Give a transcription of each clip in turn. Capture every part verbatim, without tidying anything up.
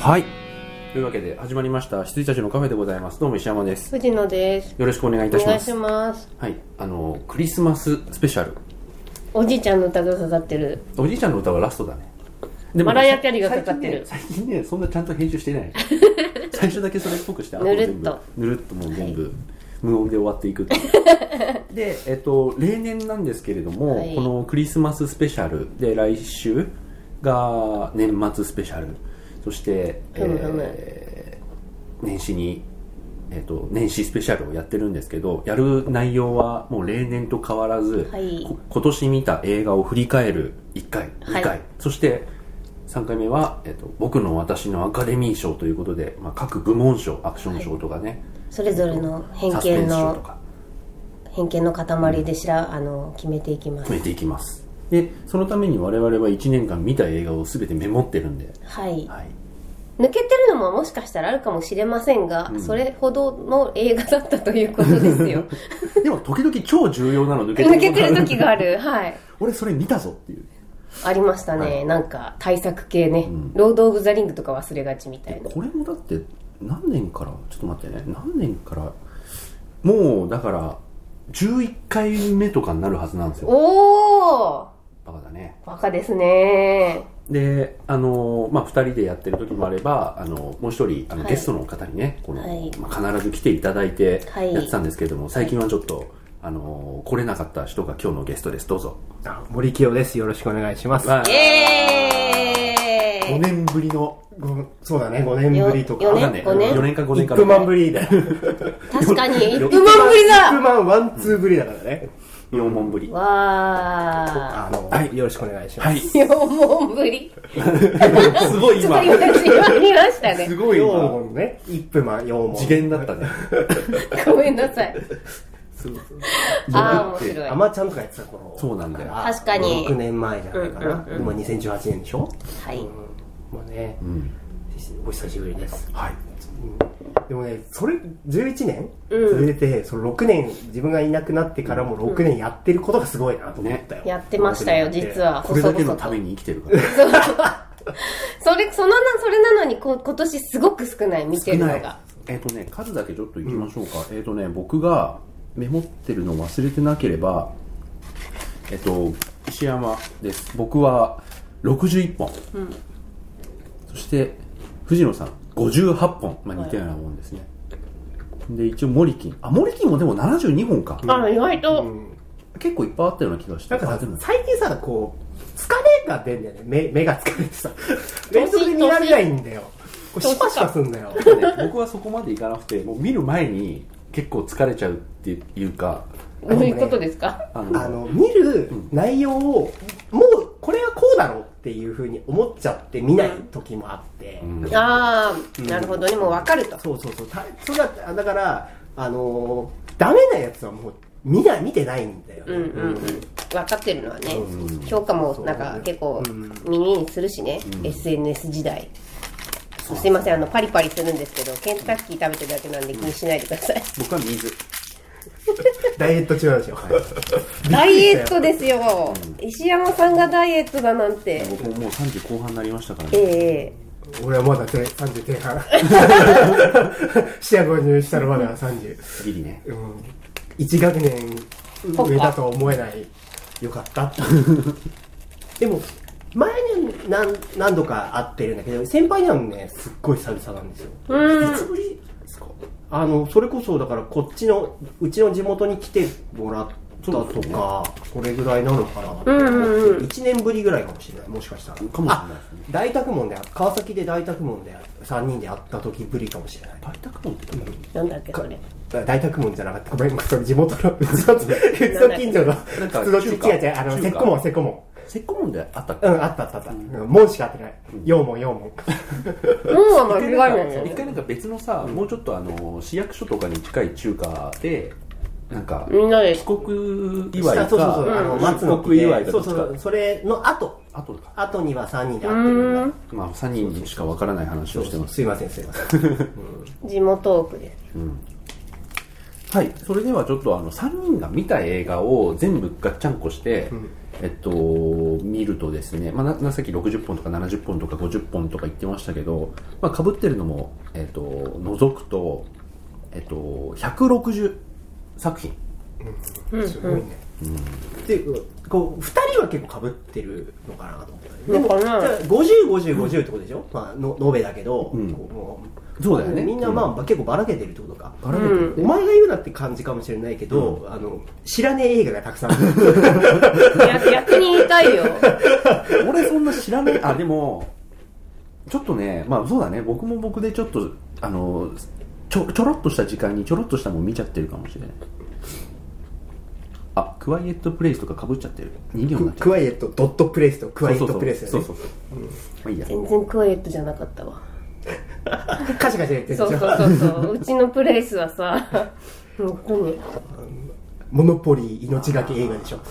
はい。というわけで始まりました羊たちのカフェでございます。どうも石山です。 藤野です。 よろしくお願いいたします。 お願いします。 はい。あのクリスマススペシャル。 おじいちゃんの歌がかかってる。 おじいちゃんの歌はラストだね。 でもマライアキャリーがかかってる。 最近ね、最近ねそんなちゃんと編集してない。最初だけそれっぽくして、 ぬるっとぬるっともう全部、はい、無音で終わっていくっていう。で、えっと例年なんですけれども、はい、このクリスマススペシャルで来週が年末スペシャル。そして、えー、年始に、えーと、年始スペシャルをやってるんですけど、やる内容はもう例年と変わらず、はい、今年見た映画を振り返るいっかい、にかい、はい、そしてさんかいめは、えーと、僕の私のアカデミー賞ということで、まあ、各部門賞、アクション賞とかね、はい、 それぞれの偏見の偏見の塊でしら、うん、あの決めていきます。 決めていきます。でそのために我々はいちねんかん見た映画を全てメモってるんで、 はい、はい、抜けてるのももしかしたらあるかもしれませんが、うん、それほどの映画だったということですよ。 でも時々超重要なの抜けてる抜けてる時がある。はい。 俺それ見たぞっていうありましたね、はい、なんか対策系ね、うん、ロード・オブ・ザ・リングとか忘れがちみたいな。 これもだって何年からちょっと待ってね何年からもうだからじゅういっかいめとかになるはずなんですよ。 おーバカだね。 バカですね。 で、あのまあ、ふたりでやってる時もあれば、あのもう一人あの、はい、ゲストの方にねこの、はい、まあ、必ず来ていただいてやってたんですけれども、はい、最近はちょっと、あの来れなかった人が今日のゲストです。どうぞ。 あ、森清です。よろしくお願いします。 イエーイ。 ごねんぶりの、 そうだね、ごねんぶりとかよねんごねんよねんかごねんかいっぷんまんぶりだよ。 確かにいっぷんまんぶりだ。 いっぷんまんワンツーぶりだからね。 よんもんぶり。 わー。 あの、はい、よろしくお願いします。 はい。 よんもんぶり。 すごい今。 ちょっと今、言ましたね。 すごい今。 よんもんね。いっぷんまん、よんもん。 次元だったね。 ごめんなさい。 そうそう。 あー、面白い。 アマちゃんとかやってた頃。 そうなんだよ。 確かに。 ろくねんまえじゃないかな。 うんうんうん、 今にせんじゅうはちねんでしょ。 はい。うん、 もうね、うん、お久しぶりです。 はい。 でもね、それじゅういちねん続いて、うん、そのろくねん自分がいなくなってからもろくねんやってることがすごいなと思ったよ、 ね、やってましたよ実は。 これだけのために生きてるからそれそのそれなのにこ今年すごく少ない見てるのが。 えっ、ー、とね数だけちょっといきましょうか、うん、えっ、ー、とね僕がメモってるのを忘れてなければえっ、ー、と石山です。僕はろくじゅういっぽん、うん、そして藤野さんごじゅうはっぽん、まあ、似たようなもんですね、はい、で一応モリキンあモリキンもでもななじゅうにほんか、 あ意外と、うん、 結構いっぱいあったような気がして。 なんか最近さこう疲れが出るんだよね。 目, 目が疲れてさ連続で見られないんだよ。こうシュパシュパすんだよ、 ね、僕はそこまでいかなくてもう見る前に結構疲れちゃうっていうか。 どういうことですか。 あのあの見る内容を、うん、もうこれはこうだろうっていう風に思っちゃって見ない時もあって、 うん、ああ、うん、なるほどね。もう分かると。 そうそうそうそれだだからあのー、ダメなやつはもう見ない見てないんだよ、ね、 うんうんうん、分かってるのはね、うん、評価もなんか結構耳にするしね、うん、エスエヌエス 時代。すいません、あのパリパリするんですけどケンタッキー食べてるだけなんで気にしないでください。 僕は水ダイエット中なんですよ。 ダイエットですよ、うん、石山さんがダイエットだなんて。 僕ももうさんじゅうこう半になりましたからね。 ええー、俺はまださんじゅうてん半視野購入したらまださんじゅうギリね、 うん、いち学年上だとは思えない。よかったでも前に 何, 何度か会ってるんだけど先輩にはねすっごい久々なんですよ。 うん、 いつぶりですか。あのそれこそだからこっちのうちの地元に来てもらったとか そ,、ね、それぐらいなのかなって、うんうんうん、いちねんぶりぐらいかもしれない。もしかしたらかもしれないですね。 大宅門で川崎で大宅門でさんにんで会った時ぶりかもしれない。 大宅門ってなんだっけそれ。 大宅門じゃなかったごめんそれ地元のうちの近所の普通のちっちゃいやつあのセッコ門セッコ門セッコ門であったっけ。うんあったあったあった、うん、門しかあってない。よう門よう門門は間違いないよ。 一回なんか別のさ、うん、もうちょっとあの市役所とかに近い中華でなんかみんなで帰国祝いかそうそうそう、うん、あの松の帰国祝いかそうそうそれの後後か後にはさんにんで会ってるんだ。 まあさんにんにしかわからない話をしてます。 すいませんすいません、 うん、地元奥です、 うん、 はい、それではちょっとあのさんにんが見た映画を全部ガッチャンコして、うん、えっと、見るとですね、まあ、なさっきろくじゅっぽんとかななじゅっぽんとかごじゅっぽんとか言ってましたけど、まあ、被ってるのも、えっと、除くと、えっと、ひゃくろくじゅうさくひん、 うん、すごいね、うん、でこうふたりは結構被ってるのかなと思って、でもじゃあごじゅう、ごじゅう、ごじゅうってことでしょ、うん、まあ、の延べだけど、うん、こうそうだよね。 みんなまあ、うん、結構ばらけてるってことか。 ばらけてる。 お前が言うなって感じかもしれないけど、うん、あの知らねえ映画がたくさんある。 逆に言いたいよ。 俺そんな知らねえ。あ、でもちょっとね、まあそうだね。僕も僕でちょっとあのちょちょろっとした時間にちょろっとしたもん見ちゃってるかもしれない。あ、クワイエットプレイスとか被っちゃってる。にぎょうになっちゃう。 クワイエットドットプレイスとクワイエットプレイス、ね、 そうそうそう。そうそうそう。うん、まあいいや。 全然クワイエットじゃなかったわ。 カシャカシャ言ってる。 そうそうそうそう。うちのプレイスはさ、本当にモノポリー命がけ映画でしょ。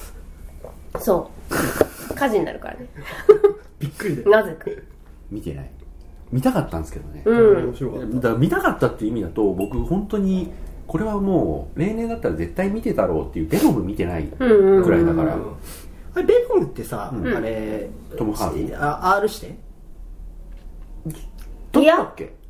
そう火事になるからね。 びっくりだよ。 なぜか見てない。見たかったんですけどね。 うん。 面白かった。 だから見たかったっていう意味だと、僕本当にこれはもう例年だったら絶対見てたろうっていうベノム見てないくらいだから。 あれベノムってさ、うん、あれトムハード。あ R して。 いや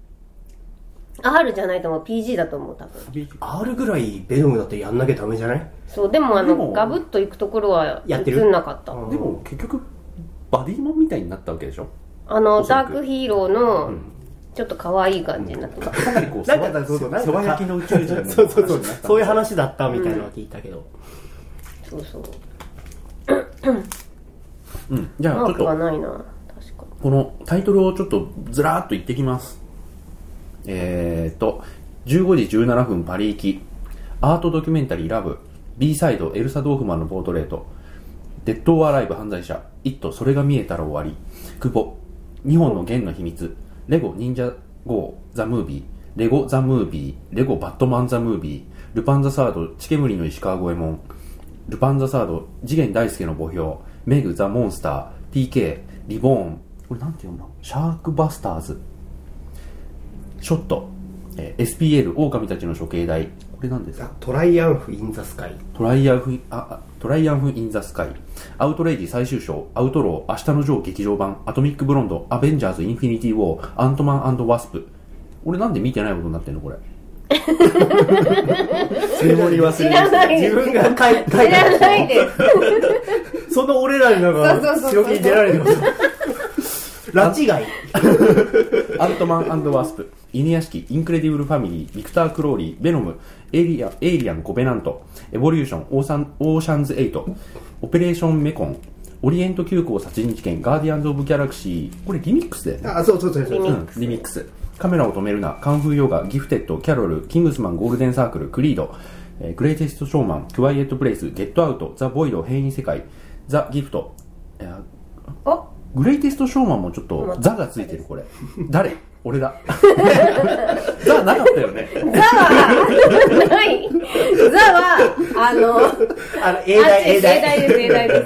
R じゃないと思う。 ピージー だと思う多分。 R ぐらいベノムだってやんなきゃダメじゃない？ そうでもあのガブッといくところは映んなかった。 でも結局バディモンみたいになったわけでしょ。 あのダークヒーローのちょっと可愛い感じになってます、 うん、かなりこうなんかそうそう世話焼きの宇宙人のそうそうそうそういう話だったみたいなのは聞いたけど、 うん、そうそううんじゃあちょっとマークがないな。 このタイトルをちょっとずらーっと言ってきます。えーとじゅうごじじゅうななふんパリ行き、アートドキュメンタリーラブ、 B サイドエルサ・ドーフマンのポートレート、デッド・オア・ライブ犯罪者、イットそれが見えたら終わり、クボ日本の弦の秘密、レゴ忍者 ゴー ザ・ムービー、レゴ・ザ・ムービー、レゴ・バットマン・ザ・ムービー、ルパン・ザ・サード、チケムリの石川五右衛門、ルパン・ザ・サード、次元大介の墓標、メグ・ザ・モンスター、 ティーケー、リボーン、これなんて読むの？シャークバスターズ、ショット、えー、エスピーエル 狼たちの処刑台、これなんですか？ トライアンフ・イン・ザ・スカイ、 トライアンフあトライアンフ・イン・ザ・スカイ、アウトレイジ最終章、アウトロー、明日のジョー劇場版、アトミック・ブロンド、アベンジャーズ・インフィニティ・ウォー、アントマン&ワスプ。俺なんで見てないことになってんのこれ。 セレモニー忘れる。自分が書いた。 知らないです。 その俺らになんか強気に出られてます。拉致外。 アントマン&ワスプ、犬屋敷、インクレディブルファミリー、ビクター・クローリー、ベノム、エイリアン、エイリアンコベナント、エボリューション、オーサン、オーシャンズエイト、オペレーションメコン、オリエント急行殺人事件、ガーディアンズ・オブ・ギャラクシー、これリミックスだよね。 あ、そうそうそうそう。 リミックス。うん、リミックス。カメラを止めるな、カンフーヨガ、ギフテッド、キャロル、キングスマン、ゴールデンサークル、クリード、えー、グレイテストショーマン、クワイエットプレイス、ゲットアウト、ザ・ボイド、変異世界、ザ・ギフト、えー、 あグレイテストショーマンもちょっとザがついてる。これ誰？俺だ。ザなかったよね。 ザはないザはあのあの英大英大です英大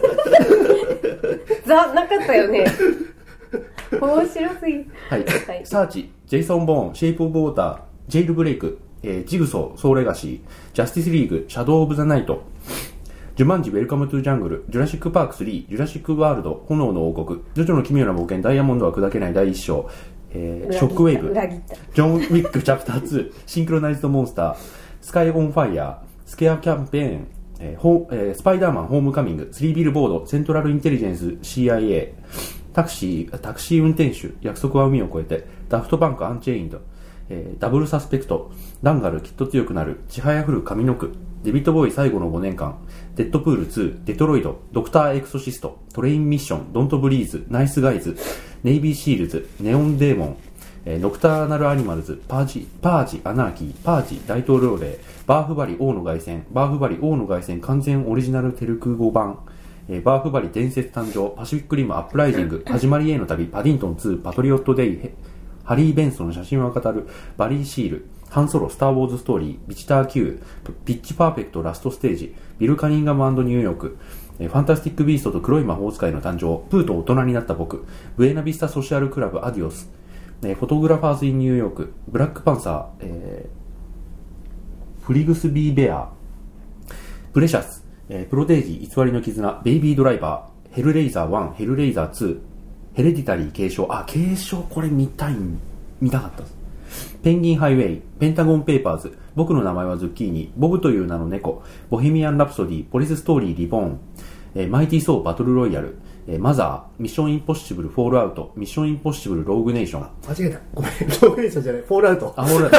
ですザなかったよね。面白すぎ。 はい、はい、サーチ、ジェイソン・ボーン、シェイプ・オブ・ウォーター、ジェイル・ブレイク、えー、ジグソー、ソーレガシー、ジャスティス・リーグ、シャドウ・オブ・ザ・ナイト、ジュマンジ・ウェルカム・トゥ・ジャングル、ジュラシック・パークスリー、ジュラシック・ワールド、炎の王国、ジョジョの奇妙な冒険、ダイヤモンドは砕けない第一章、えー、ショックウェーブ、ジョン・ウィック・チャプターツー、シンクロナイズド・モンスター、スカイ・オン・ファイヤー、スケア・キャンペーン、えーホえー、スパイダーマン・ホームカミング、スリービルボード、セントラル・インテリジェンス シーアイエー、タクシー、タクシー運転手、約束は海を越えて、ダフトバンク・アンチェインド、えー、ダブルサスペクト、ダンガルきっと強くなる、ちはやふる上の句、デビッドボーイ最後のごねんかん、デッドプールツー、デトロイド、ドクターエクソシスト、トレインミッション、ドントブリーズ、ナイスガイズ、ネイビーシールズ、ネオンデーモン、えー、ノクターナルアニマルズ、パージ、パージ、アナーキー、パージ、大統領令、バーフバリ王の凱旋、バーフバリ王の凱旋完全オリジナルテルク語版、えー、バーフバリ伝説誕生、パシフィックリムアップライジング、始まりへの旅、パディントンツー、パトリオットデイ、ハリー・ベンソンの写真は語る、バリー・シール、ハンソロ、スター・ウォーズ・ストーリー、ビチター Q、ピッチ・パーフェクト、ラストステージ、ビル・カニンガム&ニューヨーク、ファンタスティック・ビーストと黒い魔法使いの誕生、プーと大人になった僕、ブエナビスタ・ソシャル・クラブ、アディオス、フォトグラファーズ・イン・ニューヨーク、ブラック・パンサー、えー、 フリグスビーベア、プレシャス、えー、プロテージ偽りの絆、ベイビードライバー、ヘルレイザーワン、ヘルレイザーツー、ヘレディタリー継承、あ、継承これ見たい、見たかったです。ペンギンハイウェイ、ペンタゴンペーパーズ、僕の名前はズッキーニ、ボブという名の猫、ボヘミアン・ラプソディ、ポリス・ストーリー・リボーン、えー、マイティー・ソー・バトル・ロイヤル、えー、マザー、ミッション・インポッシブル・フォールアウト、ミッション・インポッシブル・ローグネーション。 間違えた。ごめん、ローグネーションじゃない、フォールアウト。 あ、フォールアウト。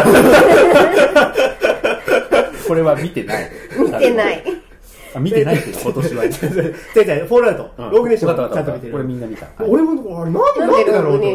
これは見てない。 見てない。 あ、見てないけど、今年は。違う違う、 フォールアウト。ローグネーションちゃんと見てる。 これみんな見た。 俺も、あれ、なんでなんでだろうと。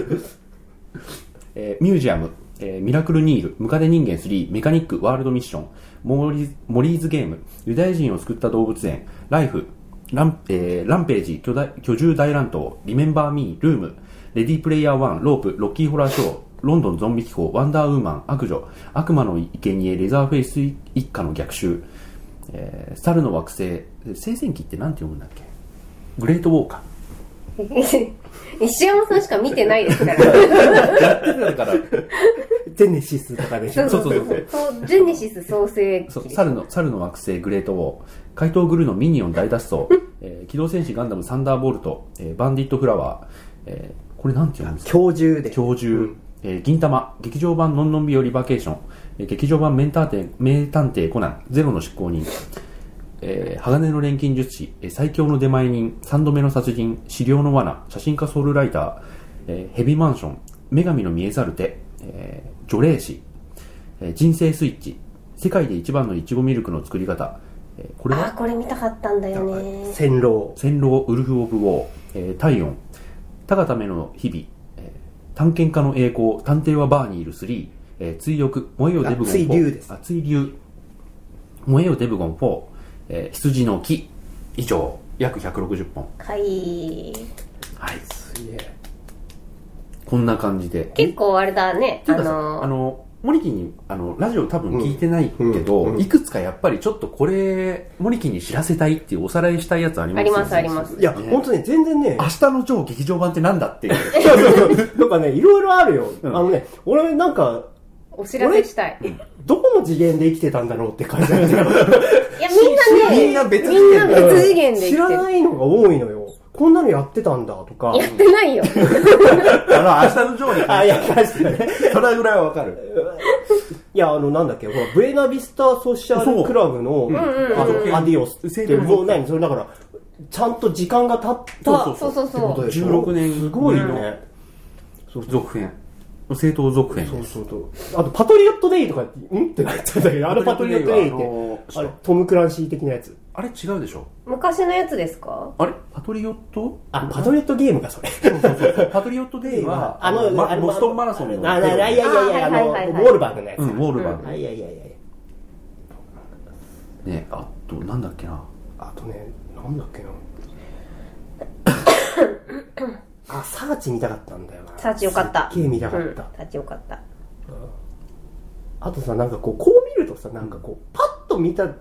えー、ミュージアム、えー、ミラクルニール、ムカデ人間スリー、メカニック、ワールドミッション、モリーズ、モリーズゲーム、ユダヤ人を救った動物園、ライフ、ラン、えー、ランページ、巨大、居住大乱闘、リメンバーミー、ルーム、レディープレイヤーワン、ロープ、ロッキーホラーショー、ロンドンゾンビ機構、ワンダーウーマン、悪女、悪魔の生贄、レザーフェイス一家の逆襲、えー、猿の惑星、聖戦記ってなんて読むんだっけ？グレートウォーカー。 石山さんしか見てないですから。 やってたから。 ジェネシスとかでしょ。 そうそうそうそう。ジェネシス創世記。 猿の、猿の惑星グレートウォー、怪盗グルーのミニオン大脱走、えー、機動戦士ガンダムサンダーボルト、えー、バンディットフラワー、えー、これなんて読むんですか？ 狂獣で。 狂獣、うん、えー、銀玉、劇場版のんのんびよりバケーション、えー、劇場版名探偵、名探偵コナン、ゼロの執行人、えー、鋼の錬金術師、えー、最強の出前人、三度目の殺人、資料の罠、写真家ソウルライター、えー、ヘビマンション、女神の見えざる手、えー、除霊師、えー、人生スイッチ、世界で一番のいちごミルクの作り方、えー、これはあ、これ見たかったんだよね。 戦狼、 戦狼、ウルフ・オブ・ウォー、えー、体温、たがための日々、えー、探検家の栄光、探偵はバーにいるスリー、えー、追憶、燃えよデブゴンフォー、 追龍です。 あ、追龍、燃えよデブゴンフォー、えー、羊の木、以上、約ひゃくろくじゅっぽん。 はい。 はい。 すげえ。 こんな感じで。 結構あれだね。 あのー、あの、森木に、あの、ラジオ多分聞いてないけど、うんうん、いくつかやっぱりちょっとこれ、森木に知らせたいっていうおさらいしたいやつありますよね。 ありますあります。 いや、ね、本当ね、全然ね。 明日の超劇場版ってなんだっていう。 そうそうそう。なんかね、いろいろあるよ。うん、あのね、俺なんか、 お知らせしたい。 どこの次元で生きてたんだろうって感じなんですよ。いや、 みんなね、 みんな別次元で。みんな別次元で生きてる。 知らないのが多いのよ。こんなのやってたんだとか。 やってないよ。 あの、明日のジョーに。 あ、やりましたね。 それぐらいはわかる。 いや、あの、なんだっけ、ほら、ブエナビスタソーシャルクラブの、あの、アディオスって、もう何それだから、ちゃんと時間が経った。 そうそうそう。 じゅうろくねん。 すごいね。 続編。正当続編です。 そうそうそう。あと、パトリオットデイとか、んってなっちゃうんだけど、あのパトリオットデイって、あれ、トム・クランシー的なやつ。 あれ違うでしょ？ 昔のやつですか？ あれパトリオット？ あ、パトリオットゲームか、それ。 そうそうそう。パトリオットデイは、あの、ボストンマラソンの。 あ、いやいやいや、あの、ウォールバーグのやつ。 うん、ウォールバーグ。 いやいやいやいや。ね、あと、なんだっけな。 あとね、なんだっけな。あ、サーチ見たかったんだよな。 サーチよかった。 すっげえ見たかった。 サーチよかった。 あとさ、なんかこう、こう見るとさ、なんかこう、パッと見たって、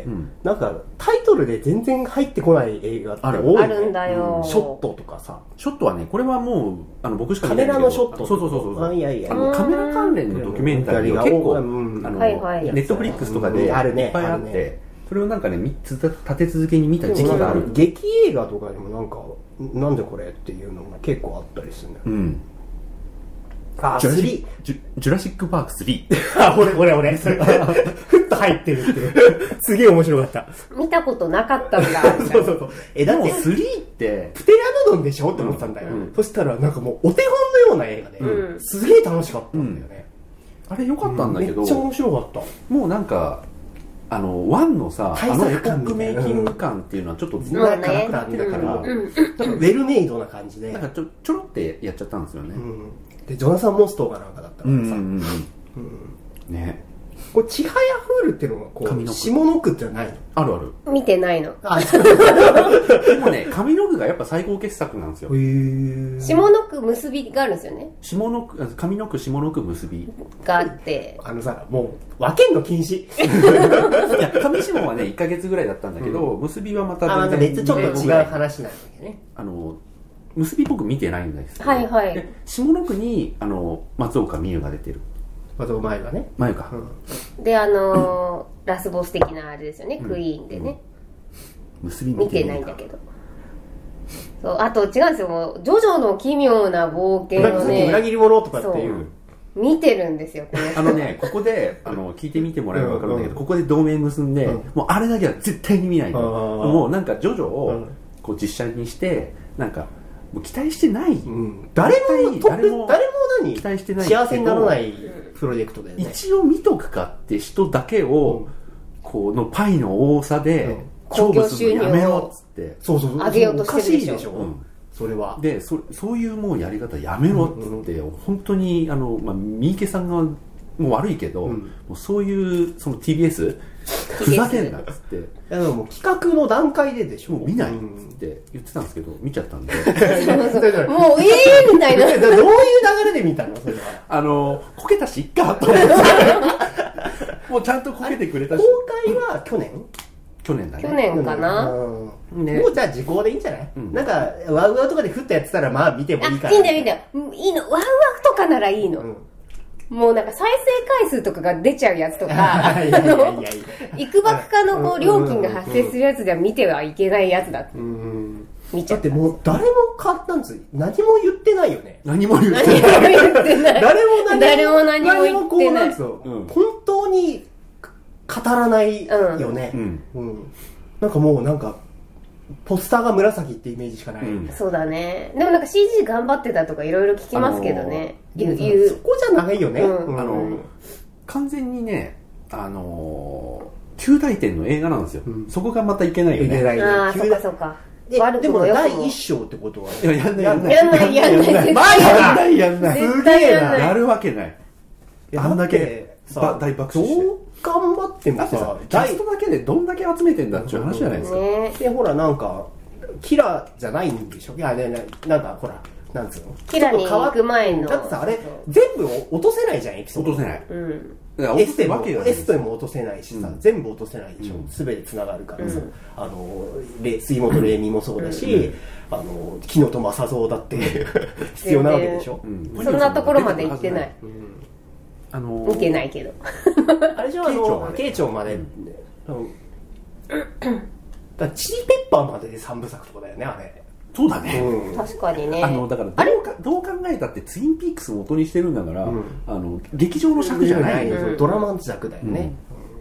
うん、なんかタイトルで全然入ってこない映画って多い、ね、 あるんだよ、 うん、ショットとかさ。 ショットはね、これはもう、あの、僕しか見ないカメラのショット。 そうそうそうそう。 あ、いやいや。 あの、カメラ関連のドキュメンタリーが結構、うん、あの、はいはい、ネットフリックスとかでいっぱいあって、ね、それをなんかね、立て続けに見た時期がある。 劇映画とかでもなんか、なんでこれっていうのが結構あったりするね。 うん。 あ、 ジュラシック、ジュラシックパークスリー。あ、俺、俺、俺。それふっと入ってるっていう。すげえ面白かった。 見たことなかったんだ。 そうそうそう。 え、だってスリーって、 プテラノドンでしょって思ってたんだよ。うんうん、そしたらなんかもうお手本のような映画で、うん、すげえ楽しかったんだよね。 うん、あれ良かったんだけど、 めっちゃ面白かった。 もうなんか、あの、ワンのさ、あのエポックメイキング感っていうのはちょっとずっとなくなってたから、ウェルメイドな感じで。 なんかちょ、ちょろってやっちゃったんですよね。 うんで、ジョナサン・モストーがなんかだったからさ。うんうんうんうん、ね。 これ、ちはやふるっていうのが、こう、下の句ってのはないの？ あるある。 見てないの。 あ、 でもね、上の句がやっぱ最高傑作なんですよ。へー。下の句結びがあるんですよね。 下の句、上の句、下の句結び。 があって。 あのさ、もう、分けんの禁止。 いや、上下はね、いっかげつぐらいだったんだけど、うん、結びはまた全然。あ、また別ちょっと違う話なんだけどね。 あの、結び僕見てないんですけど、 はいはい、 で下の句にあの松岡美優が出てる。 松岡真優がね。 真優か、 うんであのー、ラスボス的なあれですよね、うん、クイーンでね、 うん、結び見てないんだけど。そうあと違うんですよ、もうジョジョの奇妙な冒険をね、 裏切り者とかっていう見てるんですよこのあのね、ここであの聞いてみてもらえば分かるんだけど、うんうん、ここで同盟結んで、うん、もうあれだけは絶対に見ないと、うん、もうなんかジョジョをこう実写にしてなんかもう期待してない、うん、 誰も誰も誰も何期待してない幸せにならないプロジェクトだよね。 一応見とくかって人だけを、うん、こうのパイの多さで、うん興行収入をやめろっつってそうそうそう上げようとしてるでしょ。 うん、それはで そ, そういうもうやり方やめろっつって、うんうん、本当にあの、まあ、三池さんがもう悪いけど、うん、もうそういうその ティービーエス ふざけんなっつっていやでももう企画の段階ででしょ、 もう見ないっつって言ってたんですけど見ちゃったんでそうそうもうええーみたいなどういう流れで見たのそれは。あのこけたしいっかと思ってもうちゃんとこけてくれたし。 公開は去年去年だね。 去年かな、 うんね、もうじゃあ時効でいいんじゃない、うん、なんかワウワウとかで振ったやってたらまあ見てもいいから、 いいんだよいいんだよいいの、ワウワウとかならいいの、うん、もうなんか再生回数とかが出ちゃうやつとかいくばくかのこう料金が発生するやつでは見てはいけないやつだって、うん、見ちゃった。 だってもう誰も買ったんですよ、何も言ってないよね。 何も言ってない。 何も言ってない誰も何も誰も何も言ってない。 本当に語らないよね、うんうんうん、なんかもうなんかポスターが紫ってイメージしかない、うん、 そうだね。でもなんか シージー 頑張ってたとかいろいろ聞きますけどね、 あのー、そこじゃないよね、うん、 あのー、完全にねあのー、きゅう大点の映画なんですよ、うん、そこがまたいけないよね。いけないね。 ああそっかそっか。 で, でもだいいっ章ってことは、 いややんないやんないやんないやんないやんないやんないやんないすげえなやるわけない。あんだけ大爆笑して頑張ってもさ、 キャストだけでどんだけ集めてんだっていう話じゃないですか、ね、 でほらなんかキラーじゃないんでしょ。いやねなんかほらなんつうのキラーに行く前のだってさあれ全部落とせないじゃんエピソード落とせない、うん、 エステもエステも落とせないしさ、うん、全部落とせないでしょ、うん、全てつながるからさ、うん、あの杉本玲美もそうだし、うん、あの木野と正蔵だって必要なわけでしょ、うん、 そんなところまで行ってない、うんあのー、見てないけどあれじゃあの慶長まで、うん、だチリペッパーまでで三部作とかだよねあれ。 そうだね、 うん、確かにね。 あのだからどうかどう考えたってツインピークスを元にしてるんだから、うん、あの劇場の尺じゃない、 うん、ドラマの尺だよね、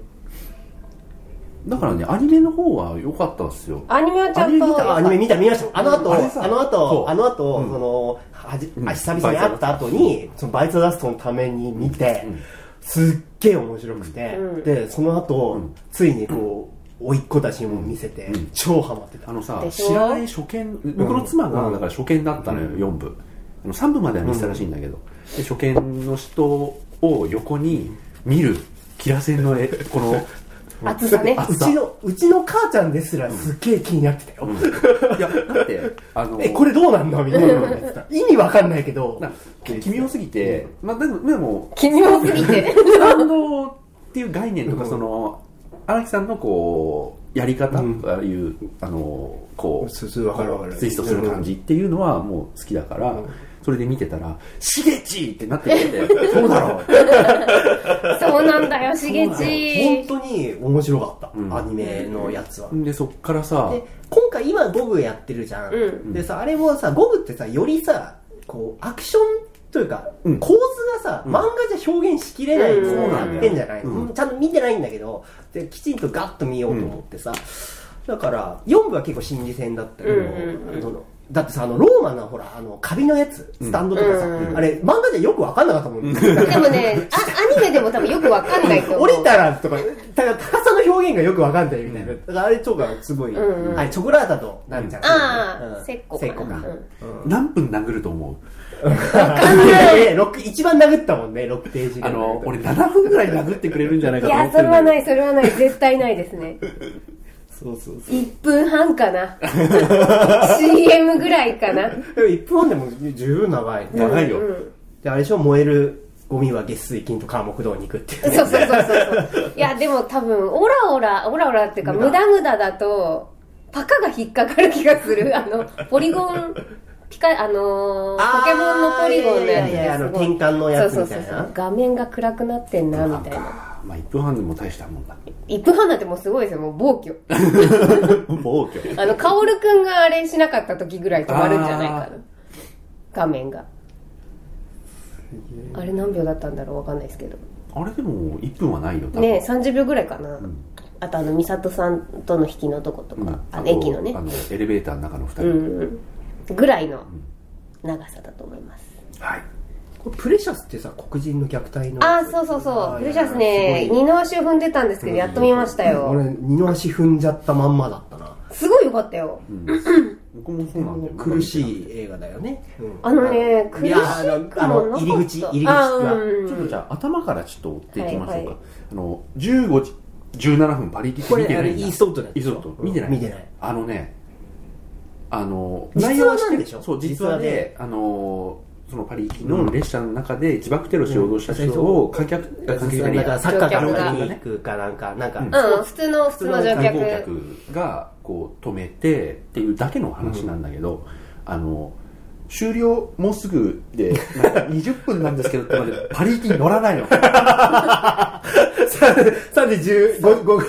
うん、だからねアニメの方は良かったですよ。 アニメはちゃんとアニメ見た見ました。あの後、うん、あの後あの後、うん、そのはじ、うん、久々に会った後にそのバイトダストのために見て、うん、すっげえ面白くて、うん、でその後、うん、ついにこう甥っ子たちにも見せて、うん、超ハマってた。 あのさ知らない初見、僕の妻がだから初見だったのよ、うん、よん部あのさん部までは見せたらしいんだけど、うん、で初見の人を横に見るキラセンの絵この厚さね。 うちのうちの母ちゃんですらすっげえ気になってたよ、うん、 いやだってあのえこれどうなんのみたいな意味わかんないけど奇妙すぎて、まあでもでも奇妙すぎて感動っていう概念とかその荒木さんのこうやり方とかいう、うん、あのこうツイストする感じっていうのはもう好きだから、うん、それで見てたらしげちってなってくれてそうだろうそうなんだよしげち本当に面白かった、うん、アニメのやつは。 でそっからさで今回今ゴグやってるじゃん、うん、でさあれもさゴグってさよりさこうアクションというか、うん、構図がさ、うん、漫画じゃ表現しきれないものをやってんじゃない、うん、ちゃんと見てないんだけどできちんとガッと見ようと思ってさ、うん、だからよん部は結構心理戦だったけど、うんうんうん、だってさあのローマのほらあのカビのやつスタンドとかさ、うん、あれ漫画じゃよく分かんなかったもん、うん、でもねあアニメでも多分よく分かんないと思う降りたらとか高さの表現がよく分かんないみたいな、うん、だからあれとかすごい、うんうん、あれチョコラータとなんちゃん、うん、 ああセッコかセッコか、 うん、何分殴ると思うわかんない一番殴ったもんねろくページあの俺ななふんぐらい殴ってくれるんじゃないかと思ってる。 いやそれはないそれはない絶対ないですねそうそうそういっぷんはんかなシーエム ぐらいかな。 でもいっぷんはんでも十分長い長いよ、 うんうん、であれでしょ燃えるゴミは月水金と川木道に行くっていう、 ね、そうそうそうそういやでも多分オラオラオラオラっていうか無駄無駄だとパカが引っかかる気がするあのポリゴンピカあのー、ポケモンのポリゴンのやつであの転換のやつみたいな。 そうそうそうそう画面が暗くなってんなみたいな。 まあいっぷんはんでも大したもんだ。 いっぷんはんなんてもうすごいですよ、もう暴挙。 暴挙。 あの、カオルくんがあれしなかった時ぐらい止まるんじゃないかな。画面が。あれ何秒だったんだろうわかんないですけど。 あれでもいっぷんはないよ、多分。 ねさんじゅうびょうぐらいかな。 うん、 あとあの、美里さんとの引きのとことか、うん、あの駅のね。 あの、エレベーターの中のふたり。 うんうん。ぐらいの長さだと思います。 うん、はい。 これプレシャスってさ、黒人の虐待の。 あ、そうそうそう。プレシャスね、二の足を踏んでたんですけど、やっと見ましたよ。 俺、二の足踏んじゃったまんまだったな。 すごい良かったよ。 うん僕もそうなんだよ。 苦しい映画だよね。 うん、あのね、苦しいあの入り口、入り口が。 ちょっとじゃあ頭からちょっと追っていきましょうか。はいはい、あの、じゅうごじ、じゅうななふんパリキって見てないんだ。 これ、イーストウッドだよ。 イーストウッド。見てない。 見てない。 あのね、あの、 内容はなんでしょ？ そう、実はね、あの、そのパリ行きの列車の中で自爆テロしようとした人を観客が観客がサッカーかなんか行くかなんかなんか、 うん、普通の普通の乗客がこう止めてっていうだけの話なんだけど、あの終了もうすぐでなんかにじゅっぷんなんですけどってパリ行きに乗らないの。 さんじじゅうご、うん、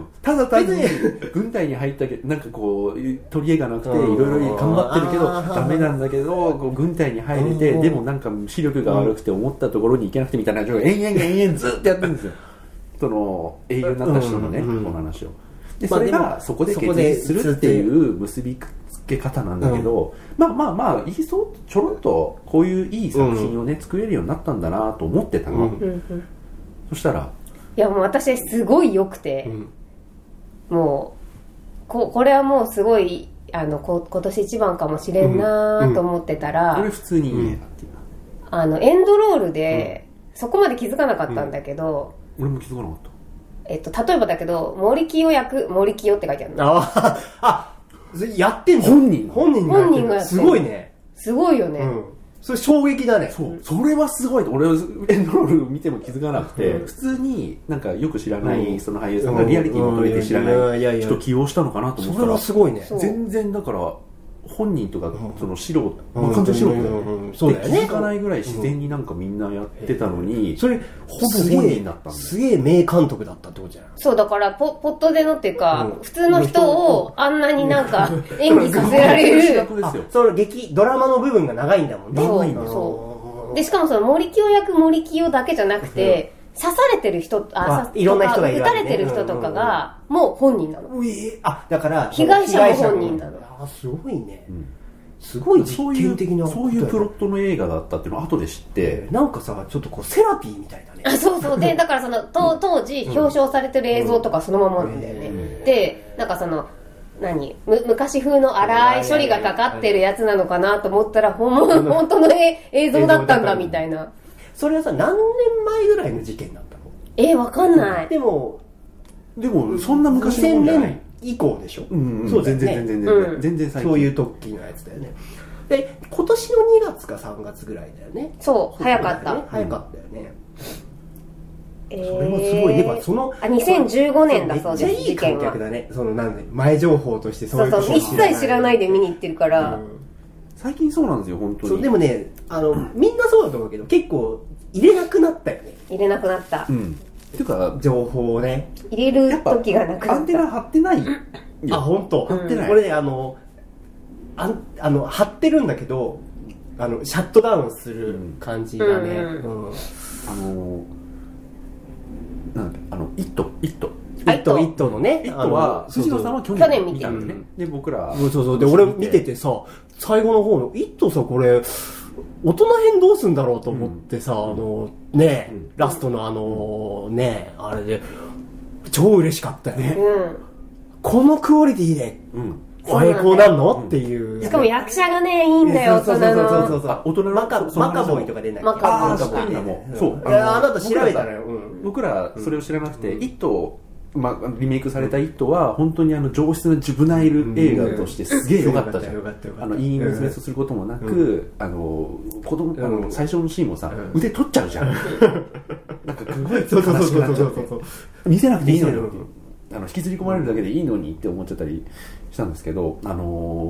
ただ単に軍隊に入ったけどなんかこう取り柄がなくていろいろ頑張ってるけどダメなんだけどこう軍隊に入れてでもなんか視力が悪くて思ったところに行けなくてみたいな状況を延々延々ずっとやってるんですよ。その営業になった人のね、うん、この話をでそれがそこで決実するっていう結びつけ方なんだけど、うん、まあまあまあいいそうちょろっとこういういい作品をね作れるようになったんだなと思ってたの、うん、そしたらいやもう私すごい良くて、うん、もう こ, これはもうすごいあのこ今年一番かもしれんなと思ってたら、 うんうん、これ普通にいい映画っていうあのエンドロールで、うん、そこまで気づかなかったんだけど、 うん、俺も気づかなかった、 えっと、例えばだけど森清役森清って書いてあるのああやってんの本人本人がやってるすごいねすごいよね、うんそれ衝撃だね。 そう。それはすごい。俺はエンドロール見ても気づかなくて、うん、普通になんかよく知らないその俳優さんがリアリティ求めて知らない人起用したのかなと思ったら、それはすごいね。 全然だから本人とかその素人、うん、完全素人だよね。そうだよね。気づかないぐらい自然になんかみんなやってたのに、うん、 それほぼ本人だったんだよ。すげえ名監督だったってことじゃない。 そうだからポポットでのっていうか、うん、普通の人をあんなになんか演技させられる。 その劇ドラマの部分が長いんだもんね。 長いんだよ。 そうでしかもその森清役森清だけじゃなくて、うん、刺されてる人あいろんな人がいる、 ね、撃たれてる人とかがもう本人なの、 うんうん、あだから被害者も本人なのあすごいね、うん、すごい実験的なそういうプロットの映画だったっていうのを後で知って、 なんかさちょっとこうセラピーみたいなねあそうそうでだからその当時表彰されてる映像とかそのままなんだよね、うん、でなんかその何む昔風の荒い処理がかかってるやつなのかなと思ったら本物本当の映像だったんだみたいな。 それはさ何年前ぐらいの事件だったの？ えー、わかんない。 でもでもそんな昔のもんじゃない。 にせんねん以降でしょ。 うんうん、そう全然全然全然、うん、全然最近そういう特技のやつだよね。で今年のにがつかさんがつぐらいだよね。 そう早かった、 ね、早かったよね。 えー、 それもすごいね。そのあにせんじゅうごねんだそうです。 めっちゃいい観客だね。そのなんで前情報としてそういうことそうそう一切知らないで見に行ってるから。うん最近そうなんですよ本当に。 そうでもねあのみんなそうだと思うけど結構入れなくなったよね。 入れなくなった。 うん。ていうか情報をね入れる時がなくなった。 アンテナ張ってない。 あ本当。 張ってない。 これねあのああの張ってるんだけどあのシャットダウンする感じだね。うんうん、 あのなんだっけあのイットイット。 イットイットのね。 イットは藤野さんは去年見たんですね。で僕らそうそうで俺見ててさ最後の方のイットさこれ大人編どうすんだろうと思ってさ、うん、あのね、うん、ラストのあのねあれで超嬉しかったよね。うん、このクオリティで。うん最高なんの、うん、っていう。 しかも役者がね、いいんだよ、 大人の。そうそうそうそう。 大人のマカ、マカボイとか出ない。 マカボイとか。そう。 あなた調べたのよ。 僕らそれを知らなくて、イット、まあ、リメイクされたイットは、本当にあの上質なジュブナイル映画としてすげえ良かったじゃん。あの、いい娘とすることもなく、あの、子供、あの、最初のシーンもさ、腕取っちゃうじゃん。なんか、すごい悲しくなっちゃって。見せなくていいのよ。あの引きずり込まれるだけでいいのにって思っちゃったりしたんですけど、あのー、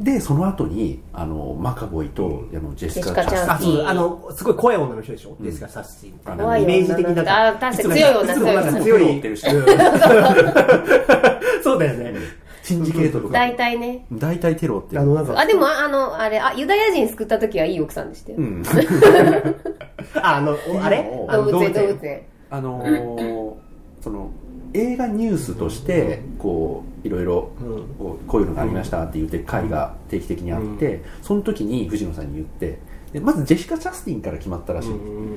でその後にあのマカボイと、うん、あのジェシカ・チャスティン、 あそうあのすごい怖い女の人でしょ、うん、ジェシカ・チャスティンって、 怖いイメージ的なあ確かに強い女強い強いそうだよね、 シンジケートとか大体ね大体テロってあのなんかあでもあのあれあユダヤ人救った時はいい奥さんでしたよ、うん、 あのあれ動物園動物園あのー、その映画ニュースとしてこういろいろこういうのがありましたって言って回が定期的にあってその時に藤野さんに言ってでまずジェシカ・チャスティンから決まったらしい、うん、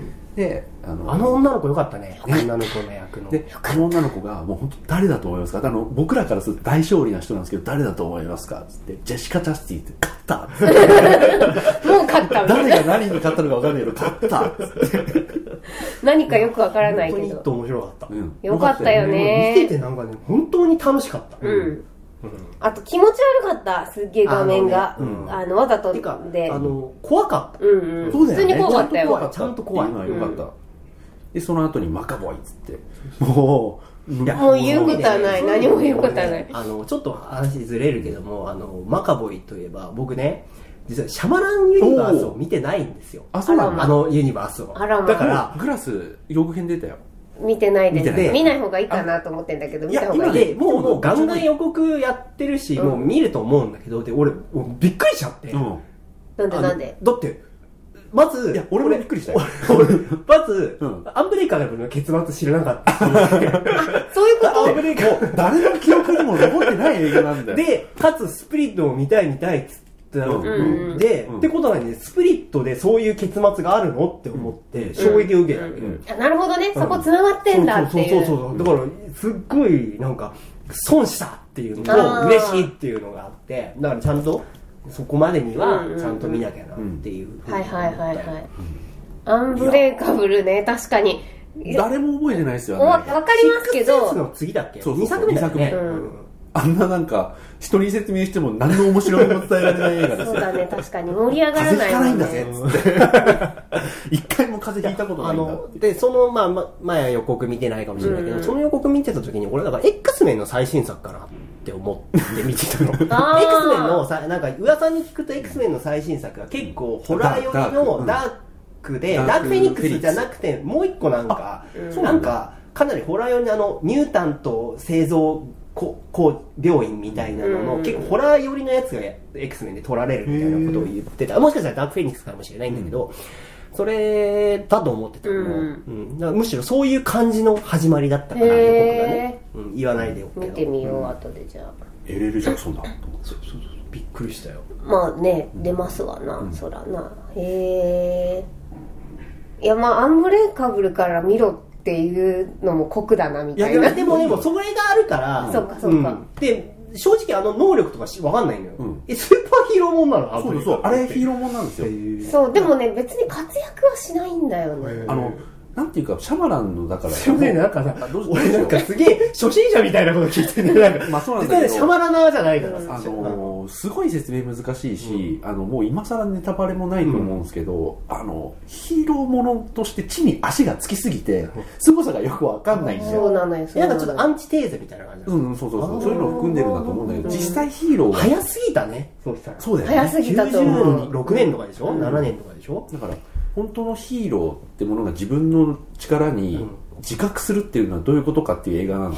であのあの女の子よかったね女の子の役のであの女の子がもう本当誰だと思いますかあの僕らからすると大勝利な人なんですけど誰だと思いますかつってジェシカ・チャスティンって勝ったもう勝った誰が何に勝ったのか分かんないけど勝ったって何かよく分からないけど本当に面白かった、 うん、よかったよね見ててなんかね本当に楽しかった、 うんうんうん、あと気持ち悪かったすっげえ画面が あの、ねうん、あのわざとであの怖かった、 うんうん、そうだよね、普通に怖かったよちゃんと怖いのはよかった、うん、でその後にマカボイっつってもういやもう言うことはない、ね、何も言うことはない、 ね、あのちょっと話ずれるけどもあのマカボイといえば僕ね実はシャマランユニバースを見てないんですよ。 あ、そうなの？ あのユニバースを。 あらま。 だからグラス予告編出たよ。 見てないですね。見ない方がいいかなと思ってんだけど、見た方がいい。 でもうもうガンガン予告やってるし、うん、もう見ると思うんだけど、で俺びっくりしちゃって。うん、 なんでなんで？ だってまずいや俺もびっくりしたよ。 まず、うん、アンブレイカーの結末知らなかった。 そういうこと？ アンブレイカー誰の記憶にも残ってない映画なんだよ。 でかつスプリットを見たい見たいっつって。うん、で、うん、ってことはねスプリットでそういう結末があるのって思って衝撃を受けたわけ、うんうん、なるほどね、そこ繋がってんだっていう、 そうそうそうそう、だからすっごいなんか損したっていうのと嬉しいっていうのがあってだからちゃんとそこまでにはちゃんと見なきゃなっていう、うんうん、 はいはいはいはい、アンブレイカブルね確かに誰も覚えてないですよね。 わかりますけどシックスセンスの次だっけにさくめだよね、うんあんななんか人に説明しても何の面白みも伝えられない映画ですよ。 そうだね確かに盛り上がらないもんね。風邪ひかないんだぜっつって一回も風邪ひいたことないんだって。 でそのまあま前は予告見てないかもしれないけど、うんうん、その予告見てた時に俺だから X メンの最新作かなって思って見てたの。X メンのさなんか噂に聞くと X メンの最新作が結構ホラー寄りのダークで、うん、ダークフェニックスじゃなくてもう一個なんか、うん、なんかかなりホラー寄りのあのニュータント製造ここう病院みたいなのの、うん、結構ホラー寄りのやつが X メンで撮られるみたいなことを言ってた。もしかしたらダークフェニックスかもしれないんだけど、うん、それだと思ってたの、うんうん、だからむしろそういう感じの始まりだったから予告がね、うん、言わないでおくけど見てみよう、うん、後でじゃあエレル・ジャクソンだと思ってそうそうそうびっくりしたよ。 まあね出ますわな、うん、そらなへえいやまあアンブレイカブルから見ろっていうのも酷だなみたいな。 いやでもでもそれがあるから、 うん、そうかそうか、うん、 で正直あの能力とかわかんないのよ、うん、えスーパーヒーローもんなの？ そうそうあれヒーローもんなんですよ。 そうでもね別に活躍はしないんだよね。 あのなんていうかシャマランのだからすいませんなんかさ俺なんかすげえ初心者みたいなこと聞いてねなんかまあそうなんだけどシャマラナーじゃないからさ、 あのー、すごい説明難しいし、うん、あのもう今更ネタバレもないと思うんですけど、うん、あのヒーローものとして地に足がつきすぎて凄さがよくわかんないんですよ。 そうなのよ。 なんかちょっとアンチテーゼみたいな感じ。 うんそうそうそうそういうのを含んでるんだと思うんだけど、うん、実際ヒーローが早すぎたね。そうしたらそうだよね。 早すぎたと思う。 きゅうじゅうろくねんとかでしょ、うん、ななねんとかでしょ。 だから本当のヒーローってものが自分の力に自覚するっていうのはどういうことかっていう映画なんで、うん、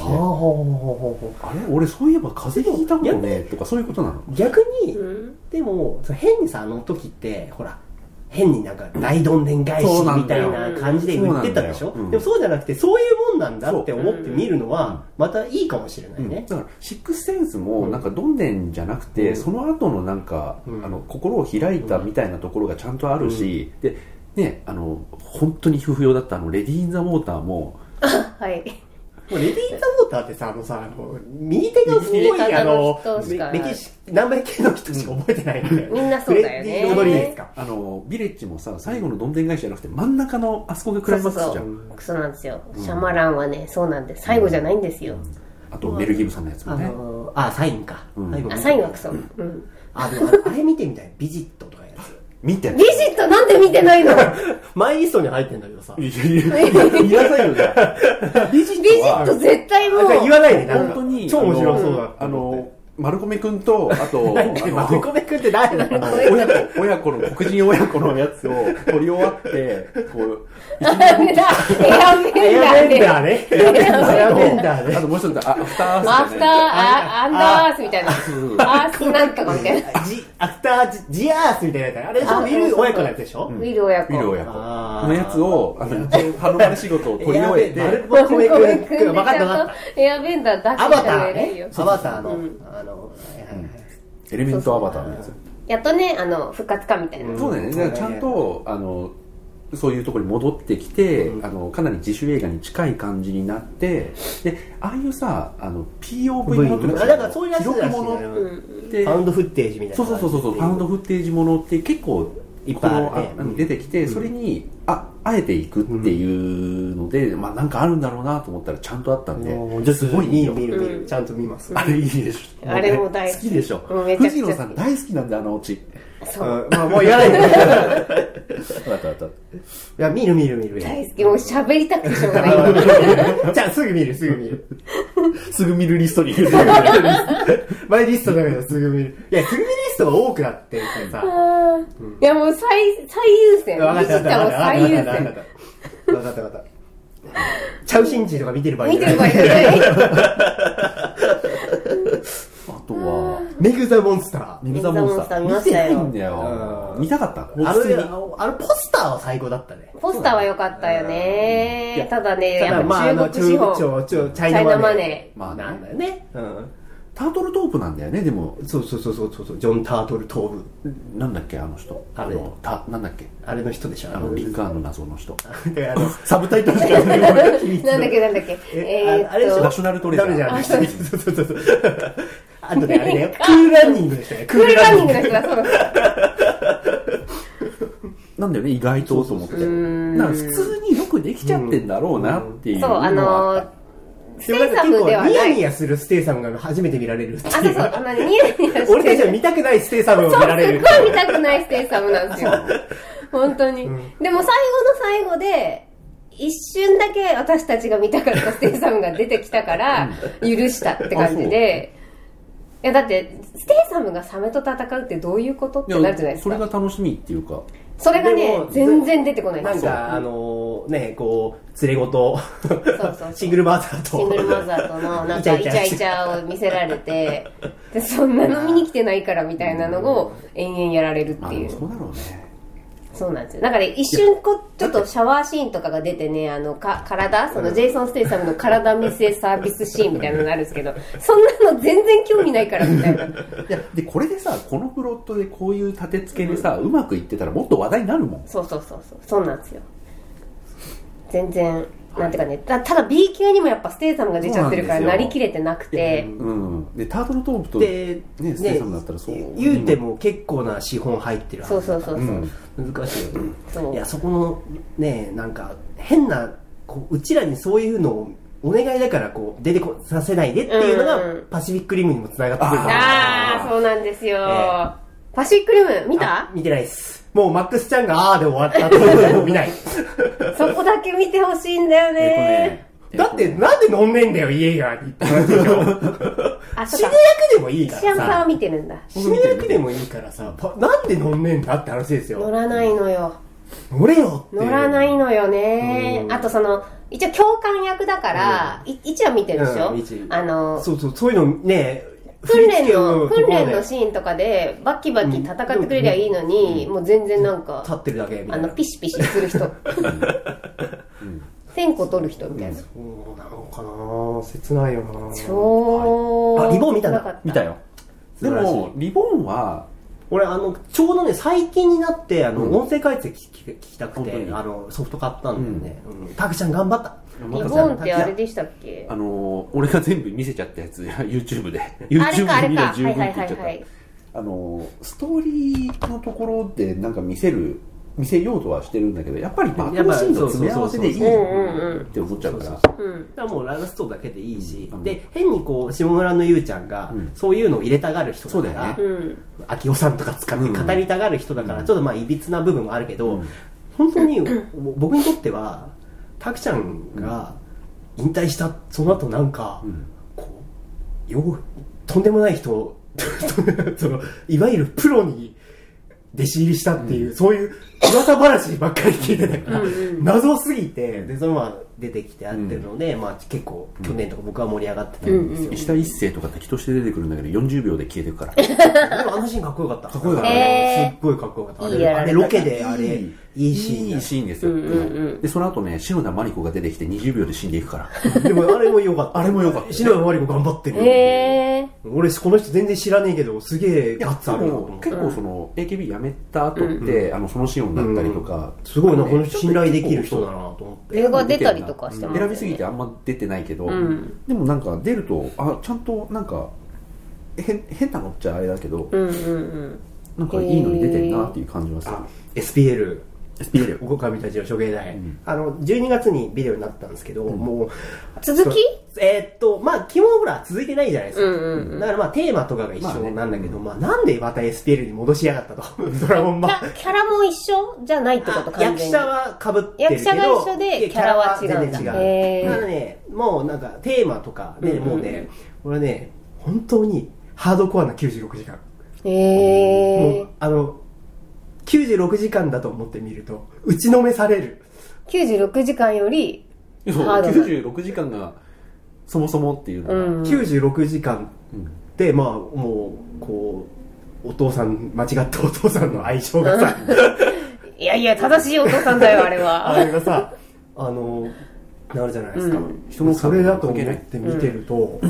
あれ俺そういえば風邪ひいたことねとかそういうことなの。 逆に、うん、でも変にさあの時ってほら変になんか大どんでん返しみたいな感じで言ってたでしょ、うん、でもそうじゃなくてそういうもんなんだって思って見るのはまたいいかもしれないね、うん、 だからシックスセンスもなんかどんでんじゃなくて、うん、その後のなんか、うん、あの心を開いたみたいなところがちゃんとあるし、うん、でねあの本当に不評だったあのレディー・イン・ザ・ウォーターもはいレディー・イン・ザ・ウォーターってさあのさあの右手がすごいあのメキシ南米系の人しか覚えてないんで、 うん、みんなそうだよね。 踊りですか。 あのビレッジもさ最後のどんでん返しじゃなくて真ん中のあそこがクライマックスじゃん。 そうそうそうなんですよ、うん、シャマランはねそうなんです最後じゃないんですよ、うん、 あとメル・ギブさんのやつもね、 あのー、あサインか、 うん、あサインはクソ、うん、 あでもあれ見てみたいビジットとかやつ見てビジットなんで見てないのマイリストに入ってんだけどさいやいやいやいらないよねビジットビジット絶対もう言わないでなんか本当に超面白そうだあの丸米くんと、あと、 丸米くんって誰だろう親子、親子の、黒人親子のやつを取り終わって、こう、 エアベンダーエアベンダーね。エアベンダーね。 あともう一つ、アフターアース。 アフター、アンダーアースみたいな。アースなんとかみたいな。 アフター、ジアースみたいなやつ。あれでしょウィル親子のやつでしょウィル親子。 ウィル親子。のやつを、あの、頼まれ仕事を取り終えて、 丸米くん、分かった分かった。 エアベンダー出してアバターね。アバターの、あの、 エレメントアバターのやつ。 やっとね、あの、復活かみたいな。 そうだよね。ちゃんと、あの、そういうところに戻ってきて、うん、あのかなり自主映画に近い感じになって、でああいうさあの ピーオーブイ ものっていうか記録ものってファウンドフッテージみたいなそうそうそうそうファウンドフッテージものって結構いっぱいある、ね、 あ出てきて、うん、それにああえていくっていうので、うん、まあなんかあるんだろうなと思ったらちゃんとあったんで、 うん、すごいいいよ見る見る、うん、ちゃんと見ます、 あれいいでしょあれも大好き好きでしょ、うん、藤野さん大好きなんだあのオチそう、 まあもう言わないで分かった分かったいや見る見る見る大好きもう喋りたくてしょうがないじゃあすぐ見るすぐ見るすぐ見るリストに入れるマイリストだけどすぐ見るいやすぐ見るリストが多くなってさ、 うん、いやもう最最優先分かった分かった最優先分かった分かった分かったチャウシンジーとか見てる場合見てる場合じゃないあとはメグザモンスターメグザモンスター見てないんだよ見たかったあのあのポスターは最高だったねポスターは良かったよねただねやっぱ中国資本チャイナマネーまあなんだよねタートルトープなんだよねでもそうそうそうそうそうジョン・タートルトーブなんだっけあの人あのたなんだっけあれの人でしょあのリンカーンの謎の人サブタイトルしかないなんだっけなんだっけえあれでしょナショナルトレジャーそうそうそうそうあとねあれねクールランニングの人ねクールランニングの人だそうなんだよね意外とと思ってだから普通によくできちゃってんだろうなっていうそうあのステイサムではないニヤニヤするステイサムが初めて見られるっていうあそうそうあのニヤニヤして俺たちは見たくないステイサムを見られるそうすっごい見たくないステイサムなんですよ本当に、うん、でも最後の最後で一瞬だけ私たちが見たかったステイサムが出てきたから許したって感じでいやだってステイサムがサメと戦うってどういうことってなるじゃないですかそれが楽しみっていうかそれがね全然出てこないなんかあのねこう連れごとシングルマザーとシングルマザーとのなんかイチャイチャを見せられてでそんなの見に来てないからみたいなのを延々やられるっていうそうだろうねそうなんですよだから一瞬こうちょっとシャワーシーンとかが出てねあのか体そのジェイソン・ステイサムの体見せサービスシーンみたいなのがあるんですけどそんなの全然興味ないからみたいないやでこれでさこのプロットでこういう立て付けでさ、うん、うまくいってたらもっと話題になるもんそうそうそうそうそうなんですよ全然なんていうかねただ B 級にもやっぱステイサムが出ちゃってるからなりきれてなくてうん、でタートルトープとで、 ね、ステイサムだったらそう、 ね、言うても結構な資本入ってるそうそうそうそう、 うん、難しいよねそういやそこのねなんか変なこううちらにそういうのをお願いだからこう出てこさせないでっていうのが、うん、パシフィックリムにもつながってくるからああそうなんですよ、えー、パシフィックリム見た見てないですもうマックスちゃんがあーで終わった後見ないそこだけ見てほしいんだよね、 えー、だってなんで飲んでんだよイエーガーにって話でしょ死ぬ役でもいいからさ石山さんは見てるんだ死ぬ役でもいいからさなんで飲んでんだって話ですよ乗らないのよ乗れよって乗らないのよねあとその一応教官役だから、うん、一話見てるでしょ、うん、あのそうそうそういうのね訓練の訓練のシーンとかでバキバキ戦ってくれりゃいいのに、うん、もう全然なんか立ってるだけみたいなあのピシピシする人点個取る人みたいなそうなのかな切ないよな超、 はい、あリボン見たんだ見たよでもリボンは俺あのちょうどね最近になってあの、うん、音声解析聞き、聞きたくてあのソフト買ったんだよね、うんうん、タクちゃん頑張ったリボンってあれでしたっけあの俺が全部見せちゃったやつYouTube で YouTube で見れば十分って言っちゃった、はいはい、あのストーリーのところでなんか見せる見せようとはしてるんだけどやっぱりバトルシーンの詰め合わせでいいって思っちゃうからだからもうラストだけでいいし、うん、で変にこう下村のゆうちゃんが、うん、そういうのを入れたがる人だから、うん、秋夫さんとか使って語りたがる人だから、うん、ちょっとまあいびつな部分もあるけど、うん、本当に僕にとってはタクちゃんが引退したその後なんか、うん、こうよとんでもない人そのいわゆるプロに弟子入りしたっていう、うん、そういう噂話ばっかり聞いてたから謎すぎて、でそのまま出てきてあってるので、うん、まあ結構去年とか僕は盛り上がってたんですよ、うん、 石田一世とか敵として出てくるんだけどよんじゅうびょうで消えてくからでもあのシーンかっこよかったかっこよかった、 えー、すっごいかっこよかったあれ、いいあれロケであれいいシーンいいシーンですよ、うんうんうん、でその後ね篠田麻里子が出てきてにじゅうびょうで死んでいくからでもあれもよかったあれもよかった篠田麻里子頑張ってるよ、えー、俺この人全然知らねえけどすげえガッツあるなと思って結構その エーケービー 辞めた後って、うん、あのそのシーンになったりとか、うん、 すごいなこの人信頼できる人だなと思って映画出たりとかしてますね選びすぎてあんま出てないけど、うん、でもなんか出るとあちゃんとなんか変, 変なのっちゃあれだけど、うんうんうん、なんかいいのに出てるなっていう感じはする、 エスピーエルエスピーエルおかみたちの処刑台、うん、あのじゅうにがつにビデオになったんですけど、うん、もう続きえー、っとまあ基本ほら続いてないじゃないですか、うんうんうん、だからまあテーマとかが一緒なんだけど、まあね、まあ、なんでまた エスピーエル に戻しやがったとドラゴンバーキャラも一緒じゃないってこと役者は被ってるけど役者が一緒でキャラは違うんだ。 全然違うだからねもうなんかテーマとかで、うんうん、もうね俺ね本当にハードコアなきゅうじゅうろくじかんへーもうあのきゅうじゅうろくじかんだと思ってみると打ちのめされるきゅうじゅうろくじかんよりハードきゅうじゅうろくじかんがそもそもっていうのが、 うん、きゅうじゅうろくじかんで、まあもうこうお父さん間違ったお父さんの相性がさいやいや正しいお父さんだよあれはあれがさあのなるじゃないですか、うん、人のそれだと思って見てると、うん、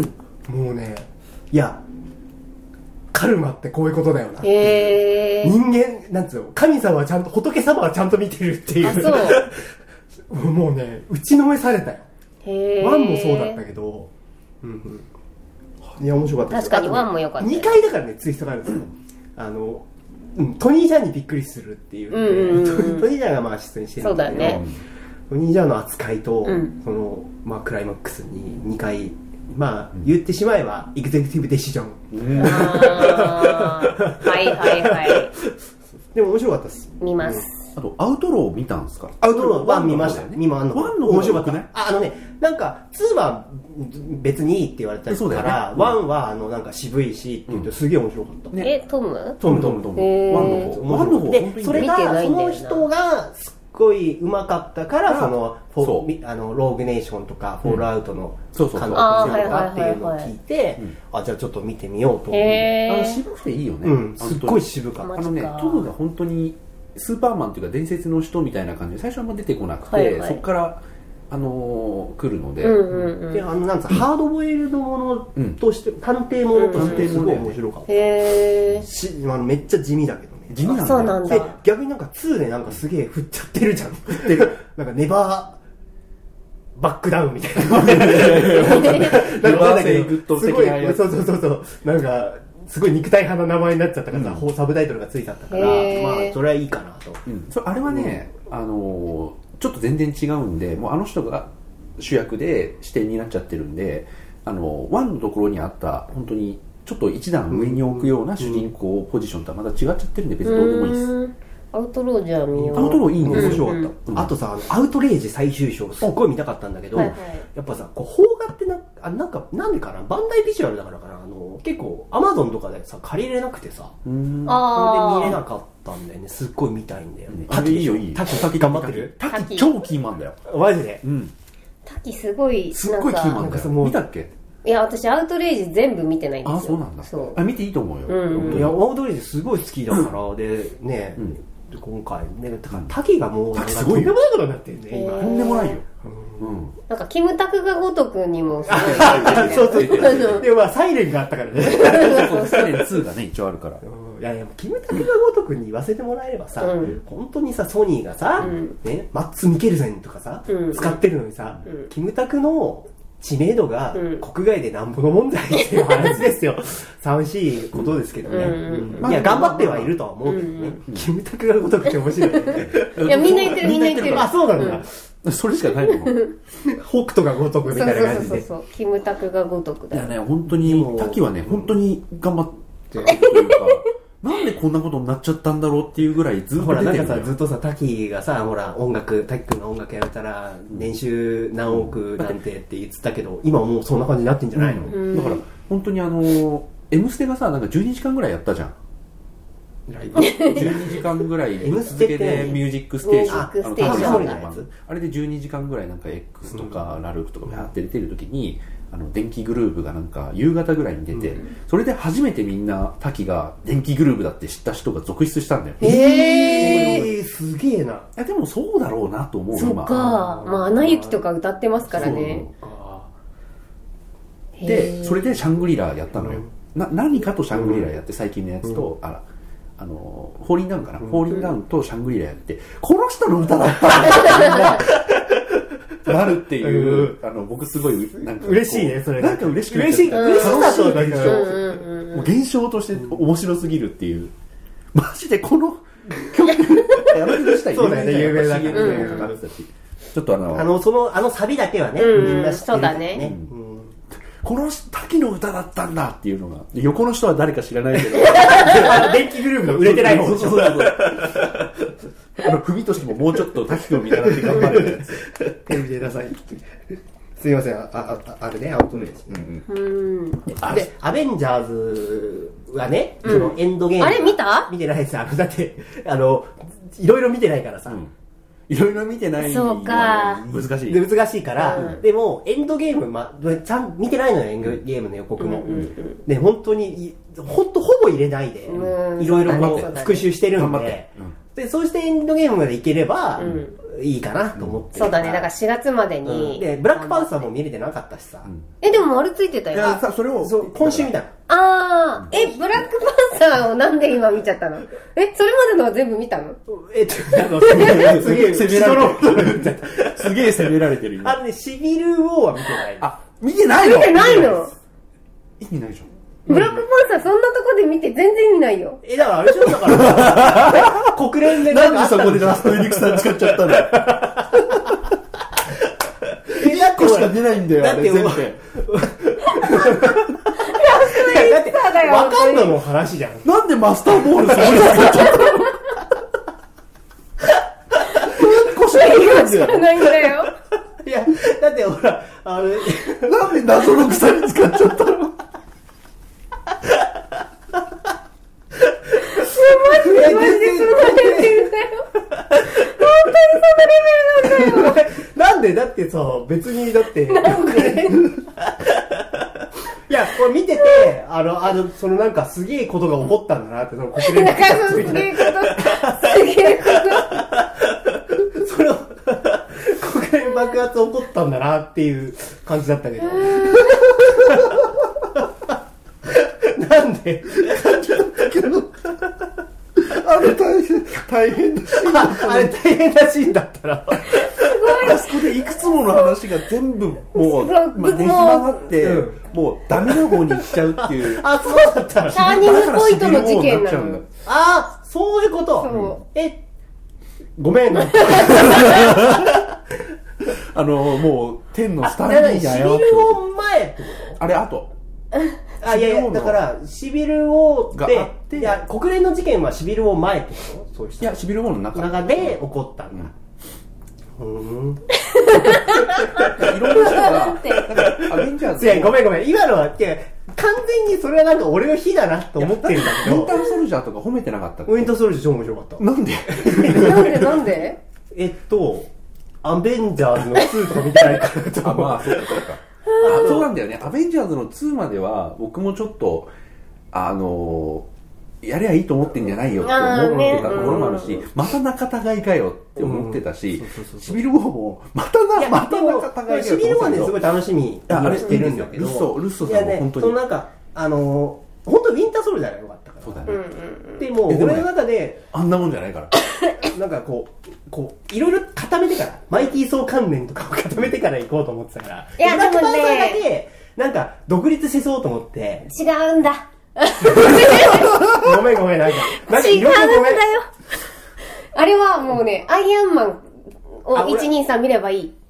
もうねいやカルマってこういうことだよな、 えー、 人間なんつうの神様はちゃんと仏様はちゃんと見てるっていう、 あそうもうね打ちのめされたよ。 へーワンもそうだったけど、うんうん、いや面白かった。 確かにワンも良かった。 にかいだからねツイストがあるんですよ、うん、あの、うん、トニー・ジャンにびっくりするっていう、ねうんうんうん、トニー・ジャンがまあ出演してるんだけど、 そうだね、 トニー・ジャンの扱いと、 うん、 そのまあクライマックスににかいまあ、うん、言ってしまえばエグゼクティブデシジョン、うん、 はいはいはいでも面白かったです見ます、 うん、あとアウトロー見たんですか？ アウトローワン見ましたね。今あのワンの面白かったね。ああのねなんかツーは別にいいって言われたから、ね、ワンはあのなんか渋いしって言うとすげえ面白かった、 うんね、えトムトムトムトムワンの方ワンの方でそれがその人がすっごい上手かったからそのフォあのローグネーションとかフォールアウトの監督とかっていうのを聞いて、あじゃあちょっと見てみようと思って、 あの渋くていいよね、 うん、すっごい渋かった。 あのねトムが本当にスーパーマンっていうか伝説の人みたいな感じで最初はあんま出てこなくて、はいはい、そこからあのー、来るので、 うんうんうん、であのなんかハードボイルドものとして、うん、探偵ものとしてすごい面白かった、うんうん、 へしあのめっちゃ地味だけどね。 地味なんだ。 そうなんだ。 で逆になんかツーでなんかすげえ振っちゃってるじゃん。振ってるなんかネバーバックダウンみたいな。ネバーセイグッド的なやつ。 そうそうそうそうなんか。すごい肉体派な名前になっちゃったからさ、うん、サブタイトルがついちゃったから、まあそれはいいかなと、 うん、それあれはね、うん、あのちょっと全然違うんで、もうあの人が主役で視点になっちゃってるんで、あのワンのところにあった本当にちょっと一段上に置くような主人公ポジションとはまた違っちゃってるんで別にどうでもいいです。 アウトローじゃあ見よう。 アウトローいいね、 面白かった、うん、あとさアウトレイジ最終章すっごい見たかったんだけど、はいはい、やっぱさこう邦画ってなあなんかなんでかな、バンダイビジュアルだからかな、あの結構アマゾンとかでさ借りれなくてさ、うん、それで見れなかったんだよね。すっごい見たいんだよね。 タキいいよいいよ。 タキタキ頑張ってる。 タキ超キーマンだよマジで。 うん、 タキすごいすっごいキーマンだよ。見たっけ？ いや私アウトレイジ全部見てないんですよ。 あそうなんだ。 そうあ見ていいと思うよ、 うんうん、 いやアウトレイジすごい好きだからでね、うん、今回ねだからタキがもうなんかとんでもないことになってるね今。 とんでもないよ、 うん、なんかキムタクがごとくにもすごいそうそうそうでもまあサイレンがあったからねサイレンツーがね一応あるから、 いやいやキムタクがごとくに言わせてもらえればさ、うん、本当にさソニーがさ、うんね、マッツ・ミケルセンとかさ、うん、使ってるのにさ、うん、キムタクの知名度が国外でなんぼの問題っていう話ですよ。寂しいことですけどね、うんうん、いや頑張ってはいるとは思うけどね、うん、キムタクがごとくって面白いねいやみんな言ってるみんな言ってる。 あそうなんだ、 うん、それしかないの北斗がごとくみたいな感じで。 そうそうそうそうキムタクがごとくだよ。 いやね本当に滝はね本当に頑張ってというかなんでこんなことになっちゃったんだろうっていうぐらいずっと出てるんだよ。 ほらなんかさずっとさ滝がさほら音楽滝くんが音楽やめたら年収何億なんてって言ってたけど、今もうそんな感じになってんじゃないの、 うん、だから本当にあの M ステがさなんかじゅうにじかんぐらいやったじゃん。 ライブじゅうにじかんぐらい続けてミュージックステーション、 ミュージックステーションあのタモリの番組あれでじゅうにじかんぐらいなんか X とかラルクとかやって出てる時に、あの電気グルーヴがなんか夕方ぐらいに出て、うん、それで初めてみんな滝が電気グルーヴだって知った人が続出したんだよ。 へえー、すげえな。いやでもそうだろうなと思う。 そっか、まあアナ雪とか歌ってますからね。 でそれでシャングリラやったのよ、うん、な何かとシャングリラやって最近のやつと、うん、あらあのフォーリンダウンかな、うん、フォーリンダウンとシャングリラやってこの人の歌だったんだなるっていう、うん、あの僕すごいなんか嬉しいねそれなんか嬉しく嬉しい嬉しさと現象、 うん、もう現象として面白すぎるっていうマジでこの曲やめてしたいそうだね有名だから、 うん、ちょっとあのあのそのあのサビだけはね、 うん、 みんな知ってる、ね、 そうだね、 うんこの滝の歌だったんだっていうのが横の人は誰か知らないけど電気グループの売れてない方でしょ。 あの文としてももうちょっと滝君を見習って頑張れるやつテレビでなさいすいませんあああれねアウトレージ、うんうん、でアベンジャーズはね、うん、そのエンドゲームあれ見た見てないです。あのだってあのいろいろ見てないからさ、うんいろいろ見てないそうか難しい難しいから、うん、でもエンドゲーム、ま、ちゃん見てないのよエンドゲームの予告も、うんうんうん、で本当に本当ほぼ入れないでいろいろ復習してるんで、うん、でそうしてエンドゲームまでいければ、うんいいかなと思ってる、 そうだねだからしがつまでに、 うん、でブラックパンサーも見れてなかったしさ、うん、 えでも丸ついてたよ。 いやさそれをそう今週見たの。 ああえブラックパンサーをなんで今見ちゃったの。えそれまでのは全部見たの。 えっとあのすげえ責められてるすげえ責められてる今。 あのねシビルウォーは見てない。 あ見てないの。 見てないの。 意味ないじゃん。 ブラックパンサーそんなとこで見て全然意味ないよ。 えだからあれじゃだから国連でなんでそこでラストエリクサー使っちゃったの。えいっこしか出ないんだよ。 だって全部。 だってわかんのの話じゃん。 なんでマスターボールそこで使っちゃったの。いっこしか出ないんだよ。 ないんだよ。 いやだってほらあれなんで謎の草に使っちゃったの。 マジでマジでそのレベルだよ。本当にそのレベルなんだよ。 なんでだってさ別にだってなんでいやこれ見ててあのあのそのなんかすげえことが起こったんだなってその国連だからそのすげえことすげえことその国連爆発起こったんだなっていう感じだったけどなんであれ大変大変なシーンだった。 あれ大変なシーンだったらあそこでいくつもの話が全部もうまあねじ曲がって、うん、もうダメな方に行っちゃうっていうあそうだったらターニングポイントの事件なの。 あそういうこと。そうえごめんあのもう天のスタンディーやよシビルウォー前ってことあれあとあいやいやだからシビルウォーってっていや国連の事件はシビルウォー前ってことそういういやシビルウォーの中中で起こったんだ。うんいろんな人がアベンジャーズいやごめんごめん今のはって完全にそれはなんか俺の日だなと思ってるんだけどウィンターソルジャーとか褒めてなかったっけ。 ウィンターソルジャー超面白かった。 なんでなんでなんでえっとアベンジャーズのツーとか見てないからとあまあそうかそうかあそうなんだよね。アベンジャーズのツーまでは僕もちょっとあのやりゃいいと思ってんじゃないよって思ってたところもあるし、また仲違いかよって思ってたし、シビルウォーもまたなまた仲違いかよって思ってたけど、 シビルウォーねすごい楽しみにしてるんだけど、 ルッソルッソさんも本当にそのなんかあの本当ウィンターソルジャーが良かったから。 そうだね。 でも俺の中であんなもんじゃないから。 なんかこうこういろいろ固めてからマイティーソー関連とかを固めてから行こうと思ってたから。 いやでもね。 ブラックパンサーだけなんか独立しそうと思って。 違うんだ。 ごめんごめんなんかなんか違うんだよ。あれはもうねアイアンマンをいちにさん見ればいい。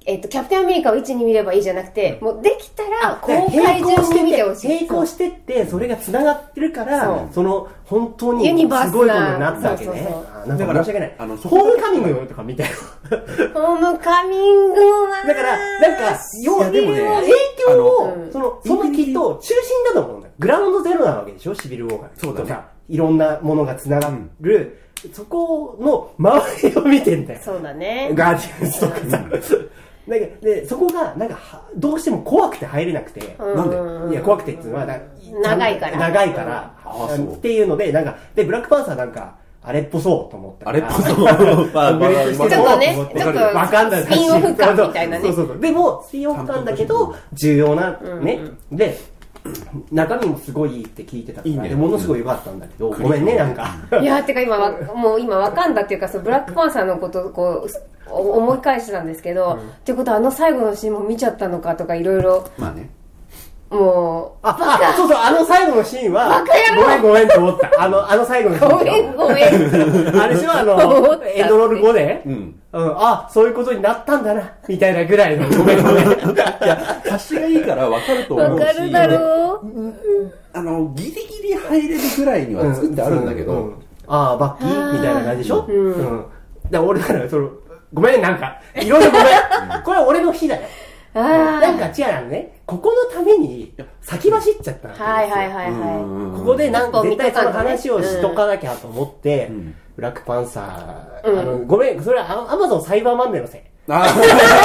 えっと、キャプテンアメリカをいちに見ればいいじゃなくて、もうできたら公開順に見てほしい。 並行してって、それが繋がってるから、 そうその、本当にユニバースなすごいことになったわけね。 そうそうそうあなんか申し訳ない。 あのホームカミングとか見たよ。 ホームカミングは、 だから、なんか、要はでもね、影響を、その、そのきっと中心だと思うんだよ。グラウンドゼロなわけでしょ、シビルウォーが。 そうだね。 いろんなものが繋がる、うん、そこの周りを見てんだよ。 そうだね。 ガーディアンズとかさ。だけどでそこがなんかどうしても怖くて入れなくて、 なんでいや怖くてっていうのは長いから長いからっていうのでなんかでブラックパンサーなんかあれっぽそうと思ったあれっぽそうまあまあちょっとねちょっとわかんないスピンオフ感みたいなねそうそうそうでもスピンオフ感だけど重要なねで中身もすごいいいって聞いてたから、いいね、ものすごい良かったんだけど、うん、ごめんねなんかいやてか今わもう今わかんだっていうかそのブラックパンサーのことをこう思い返してたんですけど、うん、ってことはあの最後のシーンも見ちゃったのかとかいろいろまあねもうああそうそうあの最後のシーンはごめんごめんと思ったあのあの最後のシーンごめんごめんあれしはあのエンドロール後で、うんうん、あそういうことになったんだなみたいなぐらいのごめんごめんいや察しがいいから分かると思うし分かるだろう、 うん、あのギリギリ入れるぐらいには作ってあるんだけど、うんうんうん、 ああバッキーみたいな感じでしょ、うんうん、だから俺だからそのごめんなんかいろいろごめんこれは俺の日だよなんか違うのねここのために先走っちゃったんですよ、 はいはいはいはいここでなんか絶対その話をしとかなきゃと思って、うん、ブラックパンサー、うん、あのごめんそれはアマゾンサイバーマンデーのせいわか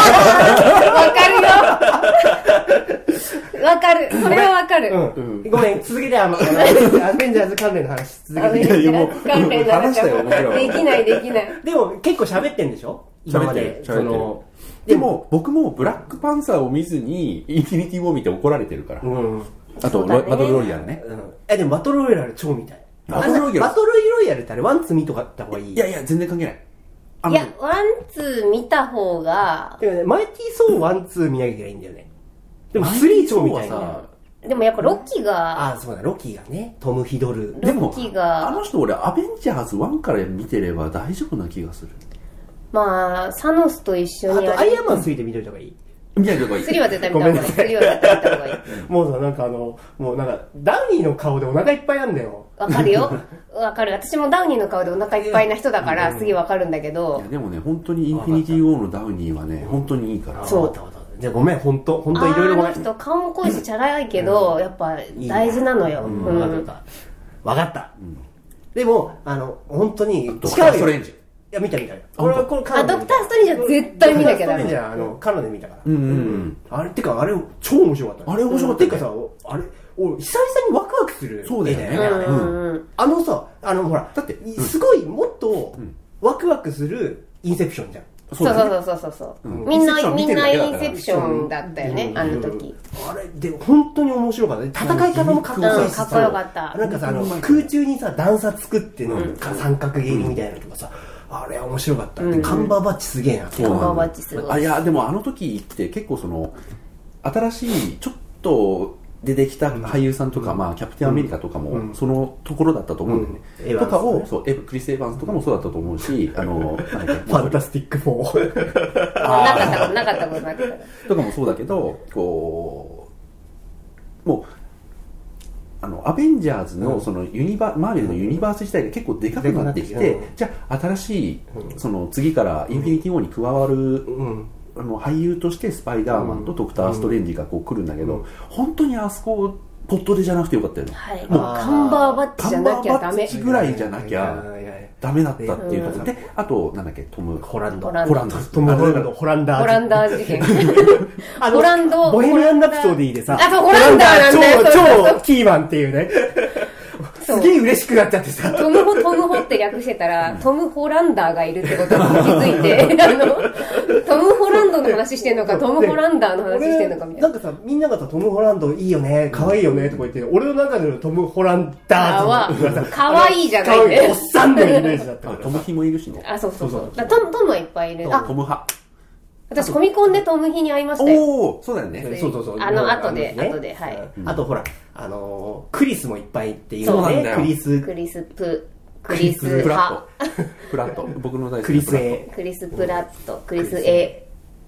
るよわかるそれはわかる、うんうん、ごめん続けてあのアベンジャーズ関連の話続けてアベンジャーズ関連の話できないできないでも結構喋ってんでしょ今までそのでも僕もブラックパンサーを見ずにインフィニティ・ウォー見て怒られてるから、うん、あと、ね、バトルロイヤルね、 うん、えでもバトルロイヤル超見たいバトルロイヤルバトルロイヤルってあれワンツー見とかった方がいいいやいや全然関係ないいやワンツー見た方がでもねマイティー・ソーワンツー見なきゃいけないんだよねでもスリー超見たいんだよでもやっぱロキがああそうだロキがねトム・ヒドルロキがあの人俺アベンジャーズワンから見てれば大丈夫な気がするまあサノスと一緒にあとアイアンマンスリーで見といた方がいい見ない方がいいスリーは絶対見た方がいいスリーは絶対見た方がいいもうさなんかあのもうなんかダウニーの顔でお腹いっぱいなんだよわかるよわかる私もダウニーの顔でお腹いっぱいな人だから次わかるんだけどいやでもね本当にインフィニティ・ウォーのダウニーはね本当にいいからそうじゃごめん本当本当いろいろごめんあの人顔も濃いしチャラいけど、うん、やっぱ大事なのよ分かった、うん、でもあの本当にドクターストレンジいや見た見たこれはこれあドクターストレンジは絶対見なきゃダメドクターストレンジはあのカナダで見たからうんうんうんあれってかあれ超面白かったあれ面白かったってかさあれ俺久々にワクワクするそうだよね、 うんうん、 あのさあのほらだってすごいもっとワクワクするインセプションじゃんそうそうそうそうそう、うん、みんなみんなインセプションだったよね、うん、あの時あれで本当に面白かった戦い方もかっこいいしかっこよかったなんかさあの空中にさ段差作っての、うん、三角切りみたいなのとかさあれは面白かった、うん、カンバーバッチすげえなカンバーバッチすごいあいやでもあの時って結構その新しいちょっと出てきた俳優さんとか、うんまあ、キャプテンアメリカとかも、うん、そのところだったと思うんだよね、うん、とかをそうクリス・エヴァンスとかもそうだったと思うしあのファンタスティックフォーなかったことなかったことなかったとかもそうだけどこうもうあのアベンジャーズのそのユニバ、うん、マーベルのユニバース自体が結構でかくなってきて、うん、じゃあ新しい、うん、その次からインフィニティ・ウォーに加わる、うんあの俳優としてスパイダーマンとドクター・ストレンジがこう来るんだけど、うん、本当にあそこポットでじゃなくてよかったよね、 はい、もうカンバーバッチじゃなきゃダメカンバーバッチぐらいじゃなきゃダメだったっていうところで、うん、あとなんだっけトムホランドホランドトムホランドホランダーホランダー事件ホランドボヘミアン・ラプソディでさあとホランダーなんだよ超超キーマンっていうねすげえ嬉しくなっちゃってさトムホトムホって略してたら、うん、トム・ホランダーがいるってことに気づいてあのトム・ホランドの話してんのかトム・ホランダーの話してんのかみたいななんかさみんながさトム・ホランドいいよね可愛いよねとか言って俺の中でのトム・ホランダーは可愛いじゃないねおっさんのイメージだったからトムヒもいるしねあそうそうそうトムトムはいっぱいいるあトム派私コミコンでトムヒに会いましたよおおそうだよねそうそうそうあの後で後ではい、 うん、あとほらあのー、クリスもいっぱいっていうのねクリスクリスプクリスプラットプラット僕の大好きクリス A クリスプラットクリス A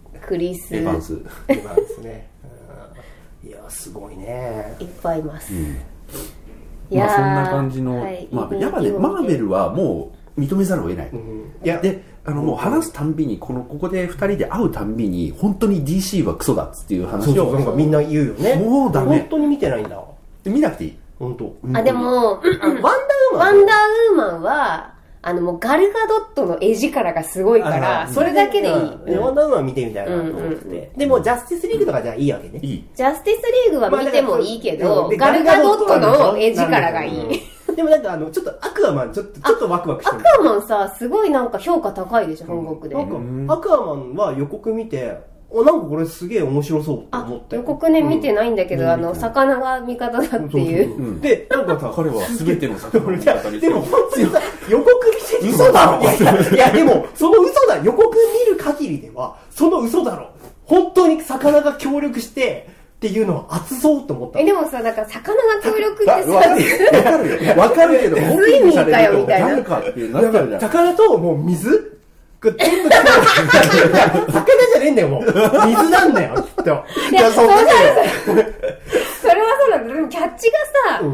クリス・エヴァンス。 エヴァンスね。いやすごいね。 いっぱいいます。 うんいやまあそんな感じの、 はい、 まあ、やっぱねマーベルはもう認めざるを得ない、 うん、いやであのもう話すたんびにこのここでふたりで会うたんびに本当に ディーシー はクソだっていう話をそうそうなんかみんな言うよね。 もうダメ本当に見てないんだ。 見なくていい本当。 あでも、 ワンダーウーマンワンダーウーマンはあのもうガルガドットの絵力がすごいからそれだけでいい、 うん、ワンダーウーマン見てみたいなと思ってて、うんうんうん、でもジャスティスリーグとかじゃいいわけね。いいジャスティスリーグは見てもいいけど、まあ、ガルガドットの絵力がいい。 でもなんかあのちょっとアクアマンちょっとちょっとワクワクしてる。 アクアマンさすごいなんか評価高いでしょ、うん、本国で。 なんかアクアマンは予告見ておなんかこれすげえ面白そうと思って。 予告ね見てないんだけど、うん、あの魚が味方だっていう。 うん、でなんかさ彼は全ての魚の味方にでも本当にさ予告見て嘘だろ。いやいやでもその嘘だ予告見る限りではその嘘だろ。本当に魚が協力してっていうのは熱そうと思った。 えでもさなんか魚が協力ってさわかるよわかるけどスイミーかよみたいな。 何かっていうなっちゃうじゃん。 魚ともう水全部魚じゃねえんだよもう水なんだよきっと。 いやそうだよ。それはそうなんだ。でもキャッチがさ、すべ、うん、